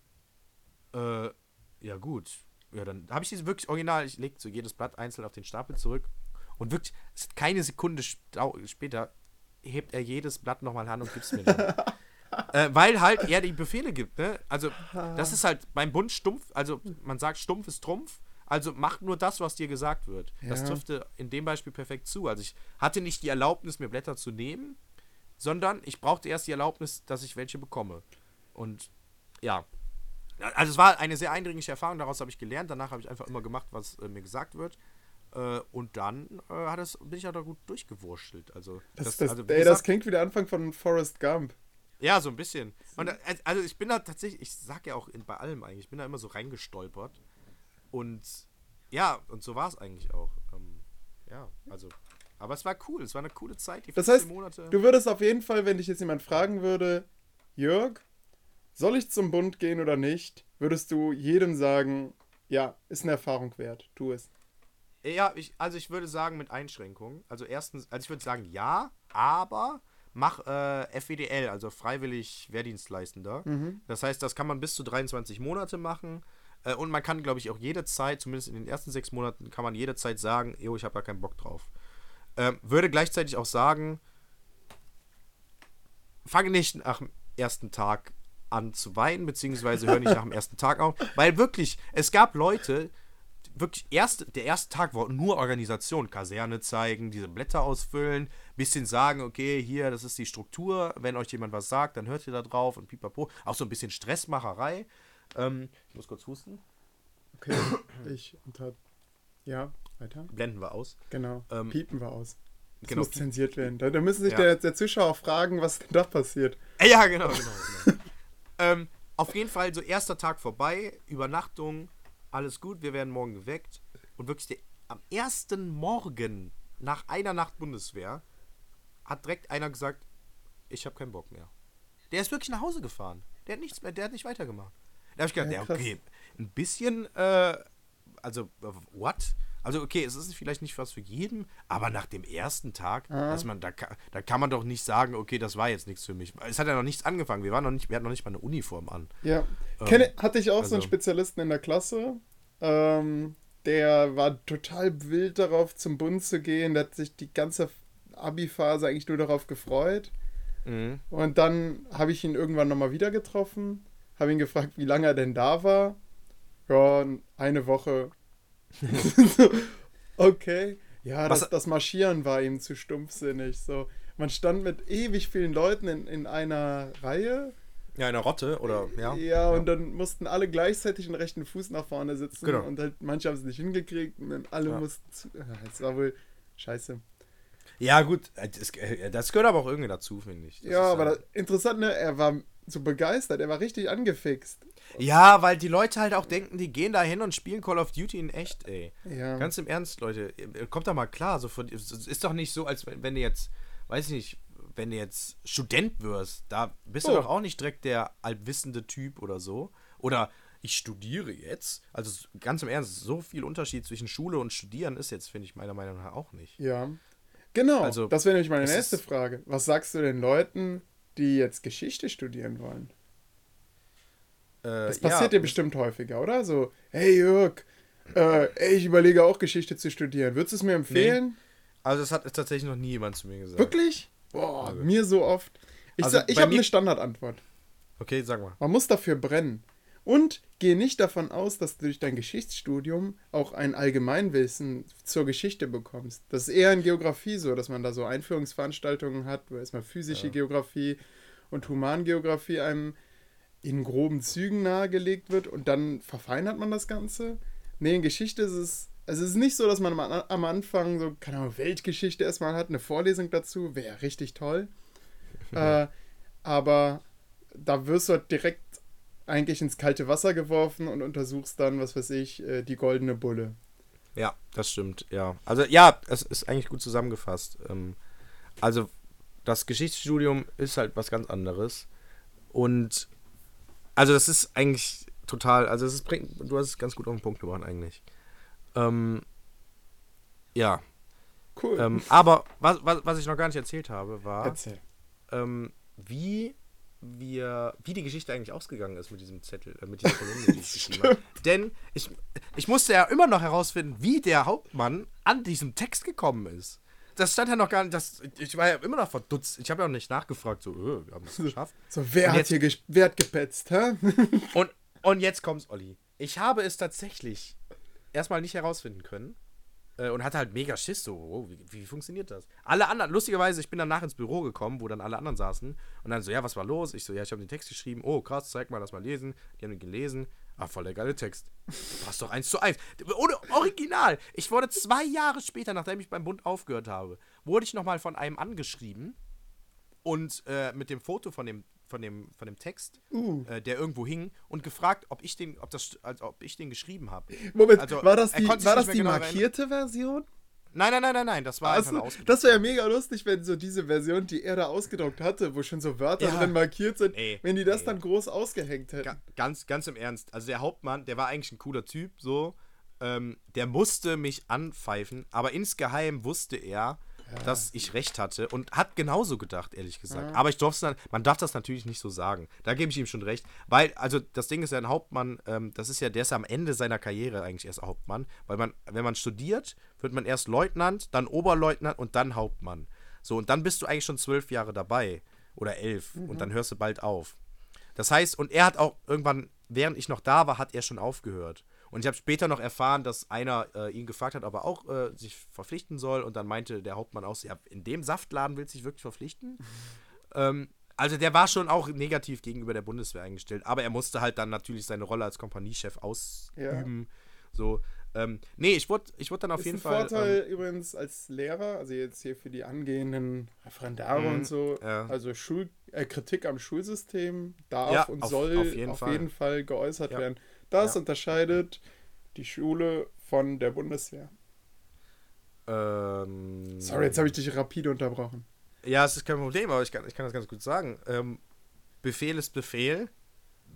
Äh, ja gut. Ja, dann habe ich diese wirklich original, ich lege so jedes Blatt einzeln auf den Stapel zurück. Und wirklich, es ist keine Sekunde stau- später hebt er jedes Blatt nochmal an und gibt es mir dann. äh, weil halt er die Befehle gibt, ne? Also, das ist halt beim Bund stumpf, also man sagt, stumpf ist Trumpf, also mach nur das, was dir gesagt wird. Das Ja. trifft in dem Beispiel perfekt zu. Also ich hatte nicht die Erlaubnis, mir Blätter zu nehmen, sondern ich brauchte erst die Erlaubnis, dass ich welche bekomme. Und ja, also es war eine sehr eindringliche Erfahrung, daraus habe ich gelernt, danach habe ich einfach immer gemacht, was äh, mir gesagt wird. Äh, und dann äh, hat es, bin ich auch da gut durchgewurschtelt. Also, Das, das, also, wie ey, das gesagt, klingt wie der Anfang von Forrest Gump. ja, so ein bisschen. Und, äh, also ich bin da tatsächlich, ich sag ja auch in, bei allem eigentlich, ich bin da immer so reingestolpert. Und ja, und so war es eigentlich auch. Ähm, ja, also, aber es war cool, es war eine coole Zeit, die Das fünfzehn heißt, Monate. du würdest auf jeden Fall, wenn dich jetzt jemand fragen würde, Jörg, soll ich zum Bund gehen oder nicht, würdest du jedem sagen, ja, ist eine Erfahrung wert, tu es. Ja, ich, also ich würde sagen mit Einschränkungen. Also erstens, also ich würde sagen ja, aber mach äh, F W D L, also freiwillig Wehrdienstleistender. Mhm. Das heißt, das kann man bis zu dreiundzwanzig Monate machen. Äh, und man kann, glaube ich, auch jede Zeit, zumindest in den ersten sechs Monaten, kann man jede Zeit sagen, jo, ich habe da keinen Bock drauf. Ähm, würde gleichzeitig auch sagen, fange nicht nach dem ersten Tag an zu weinen, beziehungsweise höre nicht nach dem ersten Tag auf. Weil wirklich, es gab Leute, wirklich, erst, der erste Tag war nur Organisation, Kaserne zeigen, diese Blätter ausfüllen, bisschen sagen, okay, hier, das ist die Struktur, wenn euch jemand was sagt, dann hört ihr da drauf und pipapo. Auch so ein bisschen Stressmacherei. Ähm, ich muss kurz husten. Okay, ich unter... Ja, weiter. Blenden wir aus. Genau, Ähm, piepen wir aus. Das genau, muss zensiert werden. Da, da müssen sich Ja. der, der Zuschauer fragen, was denn da passiert. Äh, Ja, genau, genau. genau. ähm, auf jeden Fall so erster Tag vorbei, Übernachtung, alles gut, wir werden morgen geweckt. Und wirklich der, am ersten Morgen nach einer Nacht Bundeswehr hat direkt einer gesagt, ich habe keinen Bock mehr. Der ist wirklich nach Hause gefahren. Der hat nichts mehr, der hat nicht weitergemacht. Da habe ich gedacht, Ja, ja, krass. okay, ein bisschen, äh, also, äh, what? Also, okay, es ist vielleicht nicht was für jeden, aber nach dem ersten Tag, Ah. dass man, da, ka- da kann man doch nicht sagen, okay, das war jetzt nichts für mich. Es hat ja noch nichts angefangen, wir waren noch nicht, wir hatten noch nicht mal eine Uniform an. Ja. Ähm, Kenne, hatte ich auch so einen also- Spezialisten in der Klasse. Ähm, der war total wild darauf, zum Bund zu gehen. Der hat sich die ganze Abi-Phase eigentlich nur darauf gefreut. Mhm. Und dann habe ich ihn irgendwann nochmal wieder getroffen. Habe ihn gefragt, wie lange er denn da war. Ja, eine Woche. So, okay. Ja, Was- das, das Marschieren war ihm zu stumpfsinnig. So, man stand mit ewig vielen Leuten in, in einer Reihe. Ja, eine Rotte oder, ja. Ja, und dann mussten alle gleichzeitig den rechten Fuß nach vorne sitzen. Genau. Und halt, manche haben es nicht hingekriegt und dann alle Ja. mussten. Zu, es war wohl scheiße. Ja, gut, das, das gehört aber auch irgendwie dazu, finde ich. Das ja, ist aber halt- das, interessant, ne? Er war so begeistert, er war richtig angefixt. Ja, weil die Leute halt auch denken, die gehen da hin und spielen Call of Duty in echt, ey. Ja. Ganz im Ernst, Leute. Kommt da mal klar. So von, es ist doch nicht so, als wenn, wenn du jetzt, weiß ich nicht, wenn du jetzt Student wirst, da bist du Oh. doch auch nicht direkt der altwissende Typ oder so. Oder ich studiere jetzt. Also s- ganz im Ernst, so viel Unterschied zwischen Schule und Studieren ist jetzt, finde ich, meiner Meinung nach auch nicht. Ja. Genau, Also, das wäre nämlich meine es nächste ist- Frage. Was sagst du den Leuten, die jetzt Geschichte studieren wollen? Äh, Das passiert dir ja, bestimmt häufiger, oder? So, hey Jörg, äh, ey, ich überlege auch Geschichte zu studieren. Würdest du es mir empfehlen? Also das hat tatsächlich noch nie jemand zu mir gesagt. Wirklich? Boah, Also- mir so oft. Ich, Also sag- ich bei habe mir- eine Standardantwort. Okay, sag mal. Man muss dafür brennen. Und gehe nicht davon aus, dass du durch dein Geschichtsstudium auch ein Allgemeinwissen zur Geschichte bekommst. Das ist eher in Geografie so, dass man da so Einführungsveranstaltungen hat, wo erstmal physische Ja. Geografie und Humangeografie einem in groben Zügen nahegelegt wird und dann verfeinert man das Ganze. Nee, in Geschichte ist es, also es ist nicht so, dass man am, am Anfang so, keine Ahnung, Weltgeschichte erstmal hat, eine Vorlesung dazu, wäre richtig toll. äh, aber da wirst du halt direkt eigentlich ins kalte Wasser geworfen und untersuchst dann, was weiß ich, äh, die goldene Bulle. Ja, das stimmt, ja. Also ja, es ist eigentlich gut zusammengefasst. Ähm, also das Geschichtsstudium ist halt was ganz anderes. Und also das ist eigentlich total, also es ist, bringt, du hast es ganz gut auf den Punkt gebracht eigentlich. Ähm, ja, Cool. ähm, aber was, was, was ich noch gar nicht erzählt habe, war, Erzähl. ähm, wie wir, wie die Geschichte eigentlich ausgegangen ist mit diesem Zettel, äh, mit dieser Kolumne, die ich geschrieben habe. Denn ich, ich musste ja immer noch herausfinden, wie der Hauptmann an diesem Text gekommen ist. Das stand ja noch gar nicht, das, ich war ja immer noch verdutzt. Ich habe ja auch nicht nachgefragt, so, äh, wir haben es geschafft. So, wer Und hat jetzt- hier ges- wer hat gepetzt, hä? Und, und jetzt kommt's, Olli. Ich habe es tatsächlich erstmal nicht herausfinden können. Äh, und hatte halt mega Schiss, so, oh, wie, wie funktioniert das? Alle anderen, lustigerweise, ich bin danach ins Büro gekommen, wo dann alle anderen saßen. Und dann so, ja, was war los? Ich so, ja, ich habe den Text geschrieben. Oh, krass, zeig mal, lass mal lesen. Die haben den gelesen. Ah, voll der geile Text. Passt doch eins zu eins. Ohne Original. Ich wurde zwei Jahre später, nachdem ich beim Bund aufgehört habe, wurde ich nochmal von einem angeschrieben. Und äh, mit dem Foto von dem, von dem, von dem Text, Uh. äh, der irgendwo hing, und gefragt, ob ich den, ob das, also ob ich den geschrieben habe. Moment, Also, war das er die, konnte sich war nicht das mehr die genau erinnern. markierte Version? Nein, nein, nein, nein, nein, das war einfach Also, nur ausgedruckt. das wäre ja mega lustig, wenn so diese Version, die er da ausgedruckt hatte, wo schon so Wörter Ja. drin markiert sind, Nee, wenn die das nee. dann groß ausgehängt hätten. Ga ganz, ganz im Ernst. Also der Hauptmann, der war eigentlich ein cooler Typ, so. Ähm, der musste mich anpfeifen, aber insgeheim wusste er, dass ich recht hatte und hat genauso gedacht, ehrlich gesagt. Ja. Aber ich darf's dann, man darf das natürlich nicht so sagen. Da gebe ich ihm schon recht. Weil, also das Ding ist ja, ein Hauptmann, ähm, das ist ja, der ist am Ende seiner Karriere eigentlich erst Hauptmann. Weil man, wenn man studiert, wird man erst Leutnant, dann Oberleutnant und dann Hauptmann. So, und dann bist du eigentlich schon zwölf Jahre dabei. Oder elf. Und dann hörst du bald auf. Das heißt, und er hat auch irgendwann, während ich noch da war, hat er schon aufgehört. Und ich habe später noch erfahren, dass einer äh, ihn gefragt hat, ob er auch äh, sich verpflichten soll. Und dann meinte der Hauptmann auch, ja, in dem Saftladen willst du dich wirklich verpflichten? ähm, also der war schon auch negativ gegenüber der Bundeswehr eingestellt. Aber er musste halt dann natürlich seine Rolle als Kompaniechef ausüben. So, ähm, nee, ich wurde ich wurde dann auf Ist jeden ein Fall... Vorteil ähm, übrigens als Lehrer, also jetzt hier für die angehenden Referendare Mhm, und so, ja. also Schul äh, Kritik am Schulsystem darf Ja, und auf- soll auf jeden auf Fall. jeden Fall geäußert Ja. werden. Das Ja. unterscheidet die Schule von der Bundeswehr. ähm, Sorry, jetzt habe ich dich rapide unterbrochen. Ja, es ist kein Problem, aber ich kann, ich kann das ganz gut sagen. Ähm, Befehl ist Befehl.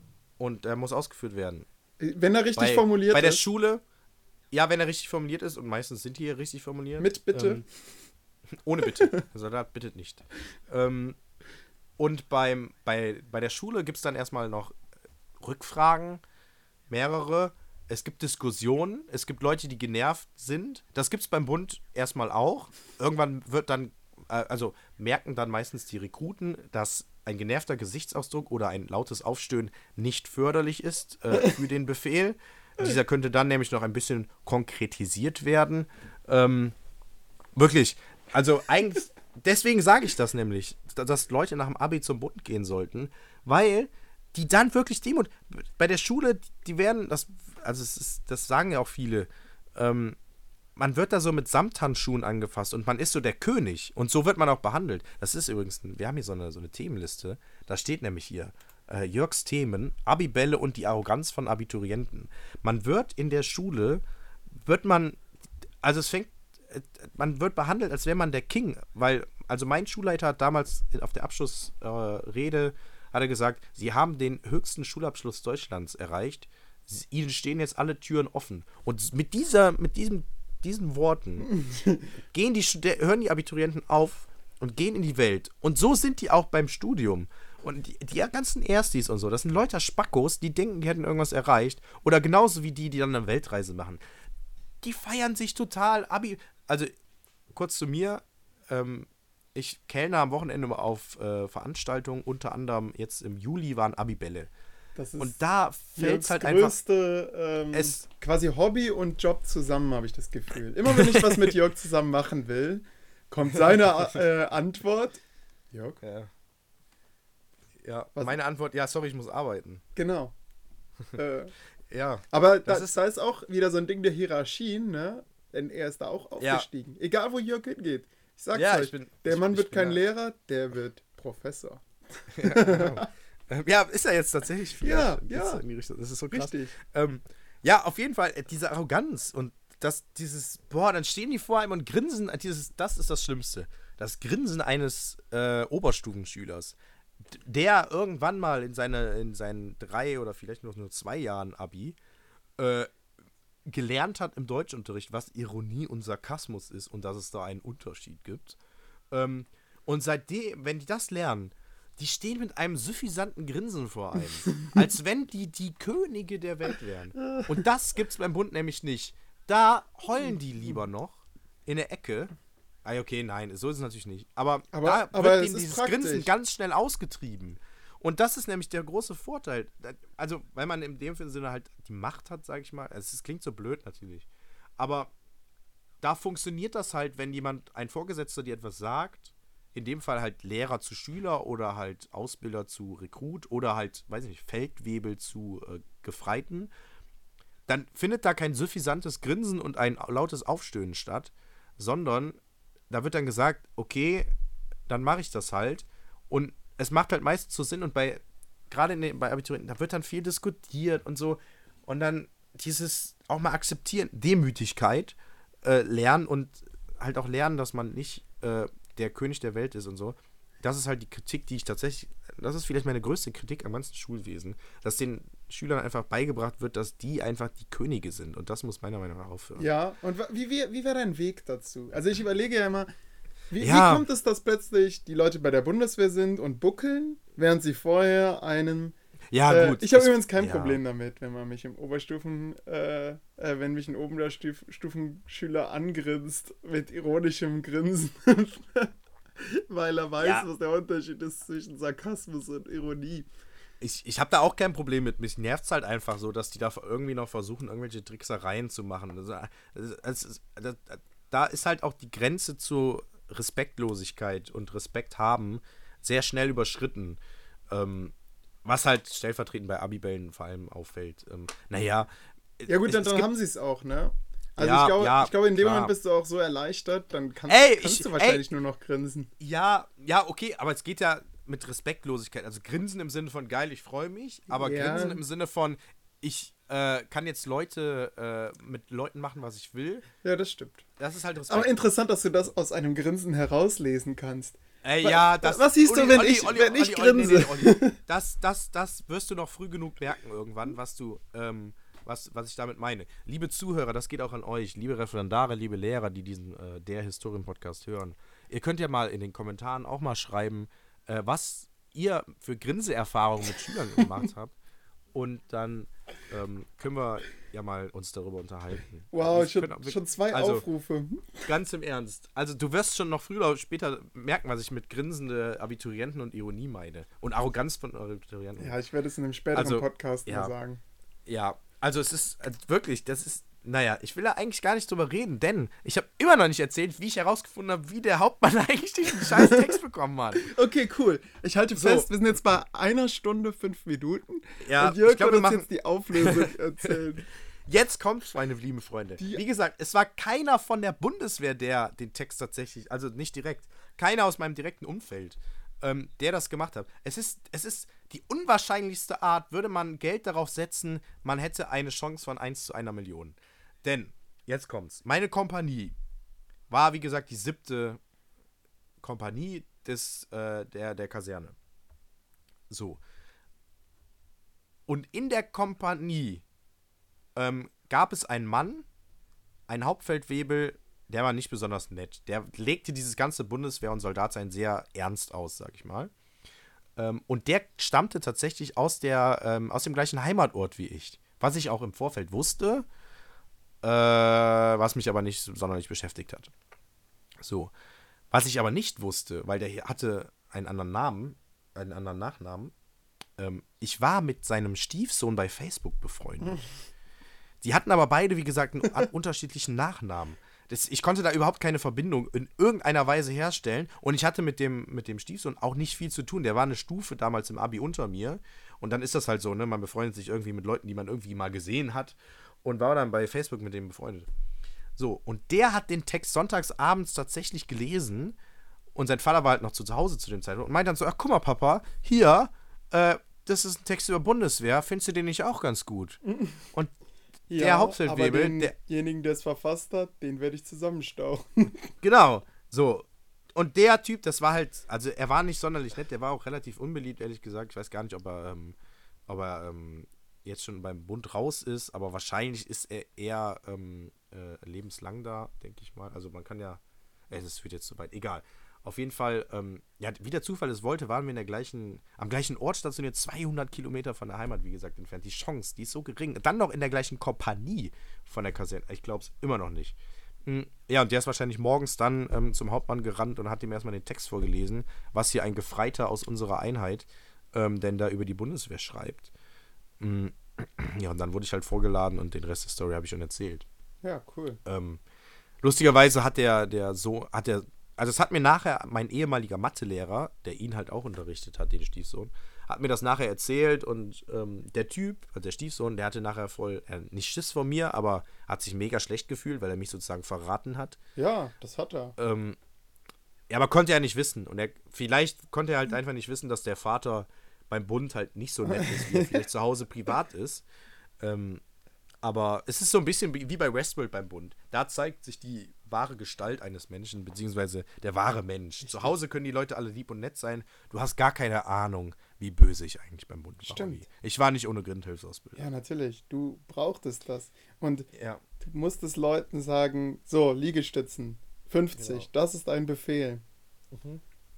und der muss ausgeführt werden. Wenn er richtig bei, formuliert bei der ist. Schule, ja, wenn er richtig formuliert ist, und meistens sind die hier richtig formuliert. Mit Bitte. Ähm, ohne Bitte. Der Soldat bittet nicht. Ähm, und beim, bei, bei der Schule gibt es dann erstmal noch Rückfragen, mehrere. Es gibt Diskussionen, es gibt Leute, die genervt sind. Das gibt es beim Bund erstmal auch. Irgendwann wird dann, äh, also merken dann meistens die Rekruten, dass ein genervter Gesichtsausdruck oder ein lautes Aufstöhnen nicht förderlich ist äh, für den Befehl. Dieser könnte dann nämlich noch ein bisschen konkretisiert werden. Ähm, wirklich, also eigentlich, deswegen sage ich das nämlich, dass Leute nach dem Abi zum Bund gehen sollten, weil die dann wirklich Demut, bei der Schule, die werden, das, also es ist, das sagen ja auch viele, ähm, man wird da so mit Samthandschuhen angefasst und man ist so der König und so wird man auch behandelt. Das ist übrigens, wir haben hier so eine, so eine Themenliste, da steht nämlich hier, äh, Jörgs Themen, Abibälle und die Arroganz von Abiturienten. Man wird in der Schule, wird man, also es fängt, man wird behandelt, als wäre man der King, weil, also mein Schulleiter hat damals auf der Abschlussrede, äh, hat er gesagt, sie haben den höchsten Schulabschluss Deutschlands erreicht, sie, ihnen stehen jetzt alle Türen offen. Und mit dieser, mit diesem, diesen Worten gehen die Stud- hören die Abiturienten auf und gehen in die Welt. Und so sind die auch beim Studium. Und die, die ganzen Erstis und so, das sind Leute Spackos, die denken, die hätten irgendwas erreicht. Oder genauso wie die, die dann eine Weltreise machen. Die feiern sich total. Abi, also kurz zu mir, ähm, ich kellner am Wochenende mal auf äh, Veranstaltungen, unter anderem jetzt im Juli waren Abibälle. Das ist und da fällt es halt einfach. größte ähm, es quasi Hobby und Job zusammen, habe ich das Gefühl. Immer wenn ich was mit Jörg zusammen machen will, kommt seine äh, Antwort. Jörg? Ja, ja Was? meine Antwort, ja, sorry, ich muss arbeiten. Genau. äh, Ja. aber da das ist, ist, da ist auch wieder so ein Ding der Hierarchien, ne? Denn er ist da auch aufgestiegen. Ja. Egal, wo Jörg hingeht. Ich sag's ja, euch, ich bin, der ich, Mann ich wird bin kein da. Lehrer, der wird Professor. Ja, genau. Ja, ist er jetzt tatsächlich viel. Ja, Geht's ja. in die Richtung. Das ist so krass. Richtig. Ähm, ja, auf jeden Fall, äh, diese Arroganz und das, dieses, boah, dann stehen die vor einem und grinsen, äh, dieses, das ist das Schlimmste. Das Grinsen eines äh, Oberstufenschülers, d- der irgendwann mal in, seine, in seinen drei oder vielleicht noch nur zwei Jahren Abi äh, gelernt hat im Deutschunterricht, was Ironie und Sarkasmus ist und dass es da einen Unterschied gibt. Ähm, und seitdem, wenn die das lernen, die stehen mit einem suffisanten Grinsen vor einem, als wenn die die Könige der Welt wären. Und das gibt's beim Bund nämlich nicht. Da heulen die lieber noch in der Ecke. Ah, okay, nein, so ist es natürlich nicht. Aber, Aber- da aber wird es denen ist dieses praktisch. Grinsen ganz schnell ausgetrieben. Und das ist nämlich der große Vorteil. Also, weil man in dem Sinne halt die Macht hat, sage ich mal. Also, es klingt so blöd natürlich. Aber da funktioniert das halt, wenn jemand, ein Vorgesetzter dir etwas sagt, in dem Fall halt Lehrer zu Schüler oder halt Ausbilder zu Rekrut oder halt, weiß ich nicht, Feldwebel zu äh, Gefreiten, dann findet da kein suffisantes Grinsen und ein lautes Aufstöhnen statt, sondern da wird dann gesagt, okay, dann mache ich das halt. Und es macht halt meistens so Sinn und bei, gerade in den, bei Abiturienten, da wird dann viel diskutiert und so. Und dann dieses auch mal akzeptieren, Demütigkeit äh, lernen und halt auch lernen, dass man nicht äh, der König der Welt ist und so. Das ist halt die Kritik, die ich tatsächlich, das ist vielleicht meine größte Kritik am ganzen Schulwesen, dass den Schülern einfach beigebracht wird, dass die einfach die Könige sind. Und das muss meiner Meinung nach aufhören. Ja, und wa- wie, wie, wie wäre dein Weg dazu? Also ich überlege ja immer, wie, Ja. wie kommt es, dass plötzlich die Leute bei der Bundeswehr sind und buckeln, während sie vorher einen... Ja, äh, gut. ich habe das- übrigens kein ja. Problem damit, wenn man mich im Oberstufen, äh, äh, wenn mich ein Oberstufenschüler angrinst mit ironischem Grinsen, weil er weiß, Ja. was der Unterschied ist zwischen Sarkasmus und Ironie. Ich, ich habe da auch kein Problem mit. Mich nervt es halt einfach so, dass die da irgendwie noch versuchen, irgendwelche Tricksereien zu machen. Also, es, es, es, da, da ist halt auch die Grenze zur Respektlosigkeit und Respekt haben sehr schnell überschritten. Ähm, was halt stellvertretend bei Abibällen vor allem auffällt. Ähm, naja. Ja gut, es, dann, es dann gibt, haben sie es auch, ne? Also Ja, ich, glaube, ja, ich glaube, in dem klar. Moment bist du auch so erleichtert, dann kannst, Ey, kannst ich- du wahrscheinlich nur noch grinsen. Ja, ja, okay, aber es geht ja mit Respektlosigkeit. Also Grinsen im Sinne von geil, ich freue mich, aber Ja. Grinsen im Sinne von ich äh, kann jetzt Leute äh, mit Leuten machen, was ich will. Ja, das stimmt. Das ist halt Respekt. Aber interessant, dass du das aus einem Grinsen herauslesen kannst. Äh, ja, das, was siehst du, wenn Olli, ich, Olli, wenn Olli, ich Olli, grinse? nee, nee, Olli. Das, das, das wirst du noch früh genug merken irgendwann, was du, ähm, was, was ich damit meine. Liebe Zuhörer, das geht auch an euch, liebe Referendare, liebe Lehrer, die diesen äh, der Historien-Podcast hören. Ihr könnt ja mal in den Kommentaren auch mal schreiben, äh, was ihr für Grinseerfahrungen mit Schülern gemacht habt. Und dann ähm, können wir ja mal uns darüber unterhalten. Wow, Ich schon, auch, schon zwei also, Aufrufe. Ganz im Ernst. Also du wirst schon noch früher oder später merken, was ich mit grinsende Abiturienten und Ironie meine. Und Arroganz von Abiturienten. Ja, ich werde es in einem späteren Also, Podcast ja. mal sagen. Ja, also es ist also wirklich, das ist, naja, ich will da eigentlich gar nicht drüber reden, denn ich habe immer noch nicht erzählt, wie ich herausgefunden habe, wie der Hauptmann eigentlich diesen scheiß Text bekommen hat. Okay, cool. Ich halte So. fest, wir sind jetzt bei einer Stunde, fünf Minuten. Ja, und Jörg ich glaub, wird wir uns machen- jetzt die Auflösung erzählen. Jetzt kommt's, meine lieben Freunde. Die- Wie gesagt, es war keiner von der Bundeswehr, der den Text tatsächlich, also nicht direkt, keiner aus meinem direkten Umfeld, ähm, der das gemacht hat. Es ist, es ist die unwahrscheinlichste Art, würde man Geld darauf setzen, man hätte eine Chance von eins zu einer Million. Denn, jetzt kommt's, meine Kompanie war, wie gesagt, die siebte Kompanie des, äh, der, der Kaserne. So. Und in der Kompanie ähm, gab es einen Mann, einen Hauptfeldwebel, der war nicht besonders nett. Der legte dieses ganze Bundeswehr- und Soldatsein sehr ernst aus, sag ich mal. Ähm, und der stammte tatsächlich aus, der, ähm, aus dem gleichen Heimatort wie ich. Was ich auch im Vorfeld wusste, äh, was mich aber nicht sonderlich beschäftigt hat. So. Was ich aber nicht wusste, weil der hier hatte einen anderen Namen, einen anderen Nachnamen, ähm, ich war mit seinem Stiefsohn bei Facebook befreundet. Die hatten aber beide, wie gesagt, einen an- unterschiedlichen Nachnamen. Das, ich konnte da überhaupt keine Verbindung in irgendeiner Weise herstellen. Und ich hatte mit dem, mit dem Stiefsohn auch nicht viel zu tun. Der war eine Stufe damals im Abi unter mir. Und dann ist das halt so, ne? Man befreundet sich irgendwie mit Leuten, die man irgendwie mal gesehen hat. Und war dann bei Facebook mit dem befreundet. So, und der hat den Text sonntags abends tatsächlich gelesen. Und sein Vater war halt noch zu Hause zu dem Zeitpunkt. Und meinte dann so, ach guck mal, Papa, hier, äh, das ist ein Text über Bundeswehr. Findest du den nicht auch ganz gut? Und Ja, der Hauptfeldwebel, aber der- denjenigen, der es verfasst hat, den werde ich zusammenstauchen. Genau, so. Und der Typ, das war halt, also er war nicht sonderlich nett, der war auch relativ unbeliebt, ehrlich gesagt. Ich weiß gar nicht, ob er, ähm, ob er ähm, jetzt schon beim Bund raus ist, aber wahrscheinlich ist er eher ähm, äh, lebenslang da, denke ich mal. Also man kann ja, äh, es führt jetzt zu weit, egal. Auf jeden Fall, ähm, ja, wie der Zufall es wollte, waren wir in der gleichen, am gleichen Ort stationiert, zweihundert Kilometer von der Heimat, wie gesagt, entfernt. Die Chance, die ist so gering. Dann noch in der gleichen Kompanie von der Kaserne. Ich glaube es immer noch nicht. Mm, Ja, und der ist wahrscheinlich morgens dann ähm, zum Hauptmann gerannt und hat ihm erstmal den Text vorgelesen, was hier ein Gefreiter aus unserer Einheit ähm, denn da über die Bundeswehr schreibt. Mm, Ja, und dann wurde ich halt vorgeladen und den Rest der Story habe ich schon erzählt. Ja, cool. Ähm, lustigerweise hat der, der so, hat der, also es hat mir nachher mein ehemaliger Mathelehrer, der ihn halt auch unterrichtet hat, den Stiefsohn, hat mir das nachher erzählt und ähm, der Typ, also der Stiefsohn, der hatte nachher voll, äh, nicht Schiss vor mir, aber hat sich mega schlecht gefühlt, weil er mich sozusagen verraten hat. Ja, das hat er. Ähm, ja, aber konnte er nicht wissen. Und er, vielleicht konnte er halt einfach nicht wissen, dass der Vater beim Bund halt nicht so nett ist, wie er vielleicht zu Hause privat ist. Ähm, aber es ist so ein bisschen wie wie bei Westworld beim Bund. Da zeigt sich die wahre Gestalt eines Menschen, beziehungsweise der wahre Mensch. Zu Hause können die Leute alle lieb und nett sein. Du hast gar keine Ahnung, wie böse ich eigentlich beim Bund war. Stimmt. Olli. Ich war nicht ohne Grindhilfsausbildung. Ja, natürlich. Du brauchtest das. Und Ja. du musstest Leuten sagen, so, Liegestützen, fünfzig, Genau. das ist ein Befehl. Mhm.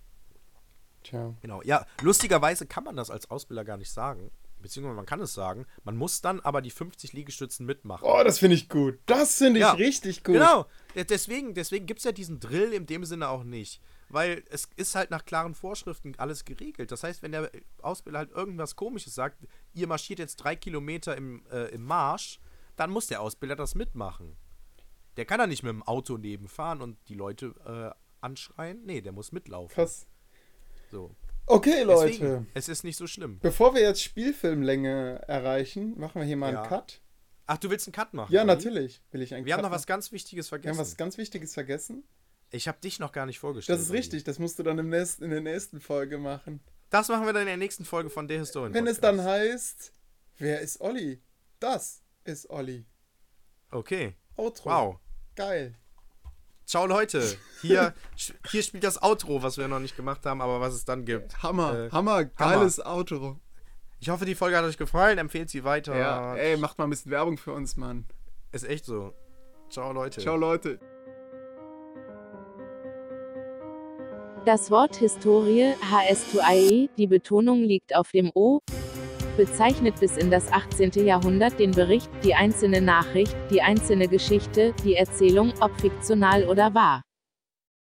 Tja. Genau. Ja, lustigerweise kann man das als Ausbilder gar nicht sagen. Beziehungsweise man kann es sagen. Man muss dann aber die fünfzig Liegestützen mitmachen. Oh, das finde ich gut. Das finde ich Ja, richtig gut. Genau, De- deswegen, deswegen gibt es ja diesen Drill in dem Sinne auch nicht. Weil es ist halt nach klaren Vorschriften alles geregelt. Das heißt, wenn der Ausbilder halt irgendwas Komisches sagt, ihr marschiert jetzt drei Kilometer im, äh, im Marsch, dann muss der Ausbilder das mitmachen. Der kann da nicht mit dem Auto nebenfahren und die Leute äh, anschreien. Nee, der muss mitlaufen. Krass. So. Okay, Leute. Deswegen, es ist nicht so schlimm. Bevor wir jetzt Spielfilmlänge erreichen, machen wir hier mal Ja. einen Cut. Ach, du willst einen Cut machen? Ja, Olli? natürlich will ich einen Wir Cut haben noch machen. was ganz Wichtiges Wir haben vergessen. was ganz Wichtiges vergessen. Ich habe dich noch gar nicht vorgestellt. Das ist Olli. richtig, das musst du dann im nächsten, in der nächsten Folge machen. Das machen wir dann in der nächsten Folge von der Historien. Wenn es dann heißt, wer ist Olli? Das ist Olli. Okay. Outro. Wow. Geil. Ciao Leute. Hier, hier spielt das Outro, was wir noch nicht gemacht haben, aber was es dann gibt. Hammer, Äh, Hammer, geiles Outro. Ich hoffe, die Folge hat euch gefallen. Empfehlt sie weiter. Ja, ey, macht mal ein bisschen Werbung für uns, Mann. Ist echt so. Ciao Leute. Ciao, Leute. Das Wort Historie, H S zwei I E, die Betonung liegt auf dem O, bezeichnet bis in das achtzehnte Jahrhundert den Bericht, die einzelne Nachricht, die einzelne Geschichte, die Erzählung, ob fiktional oder wahr.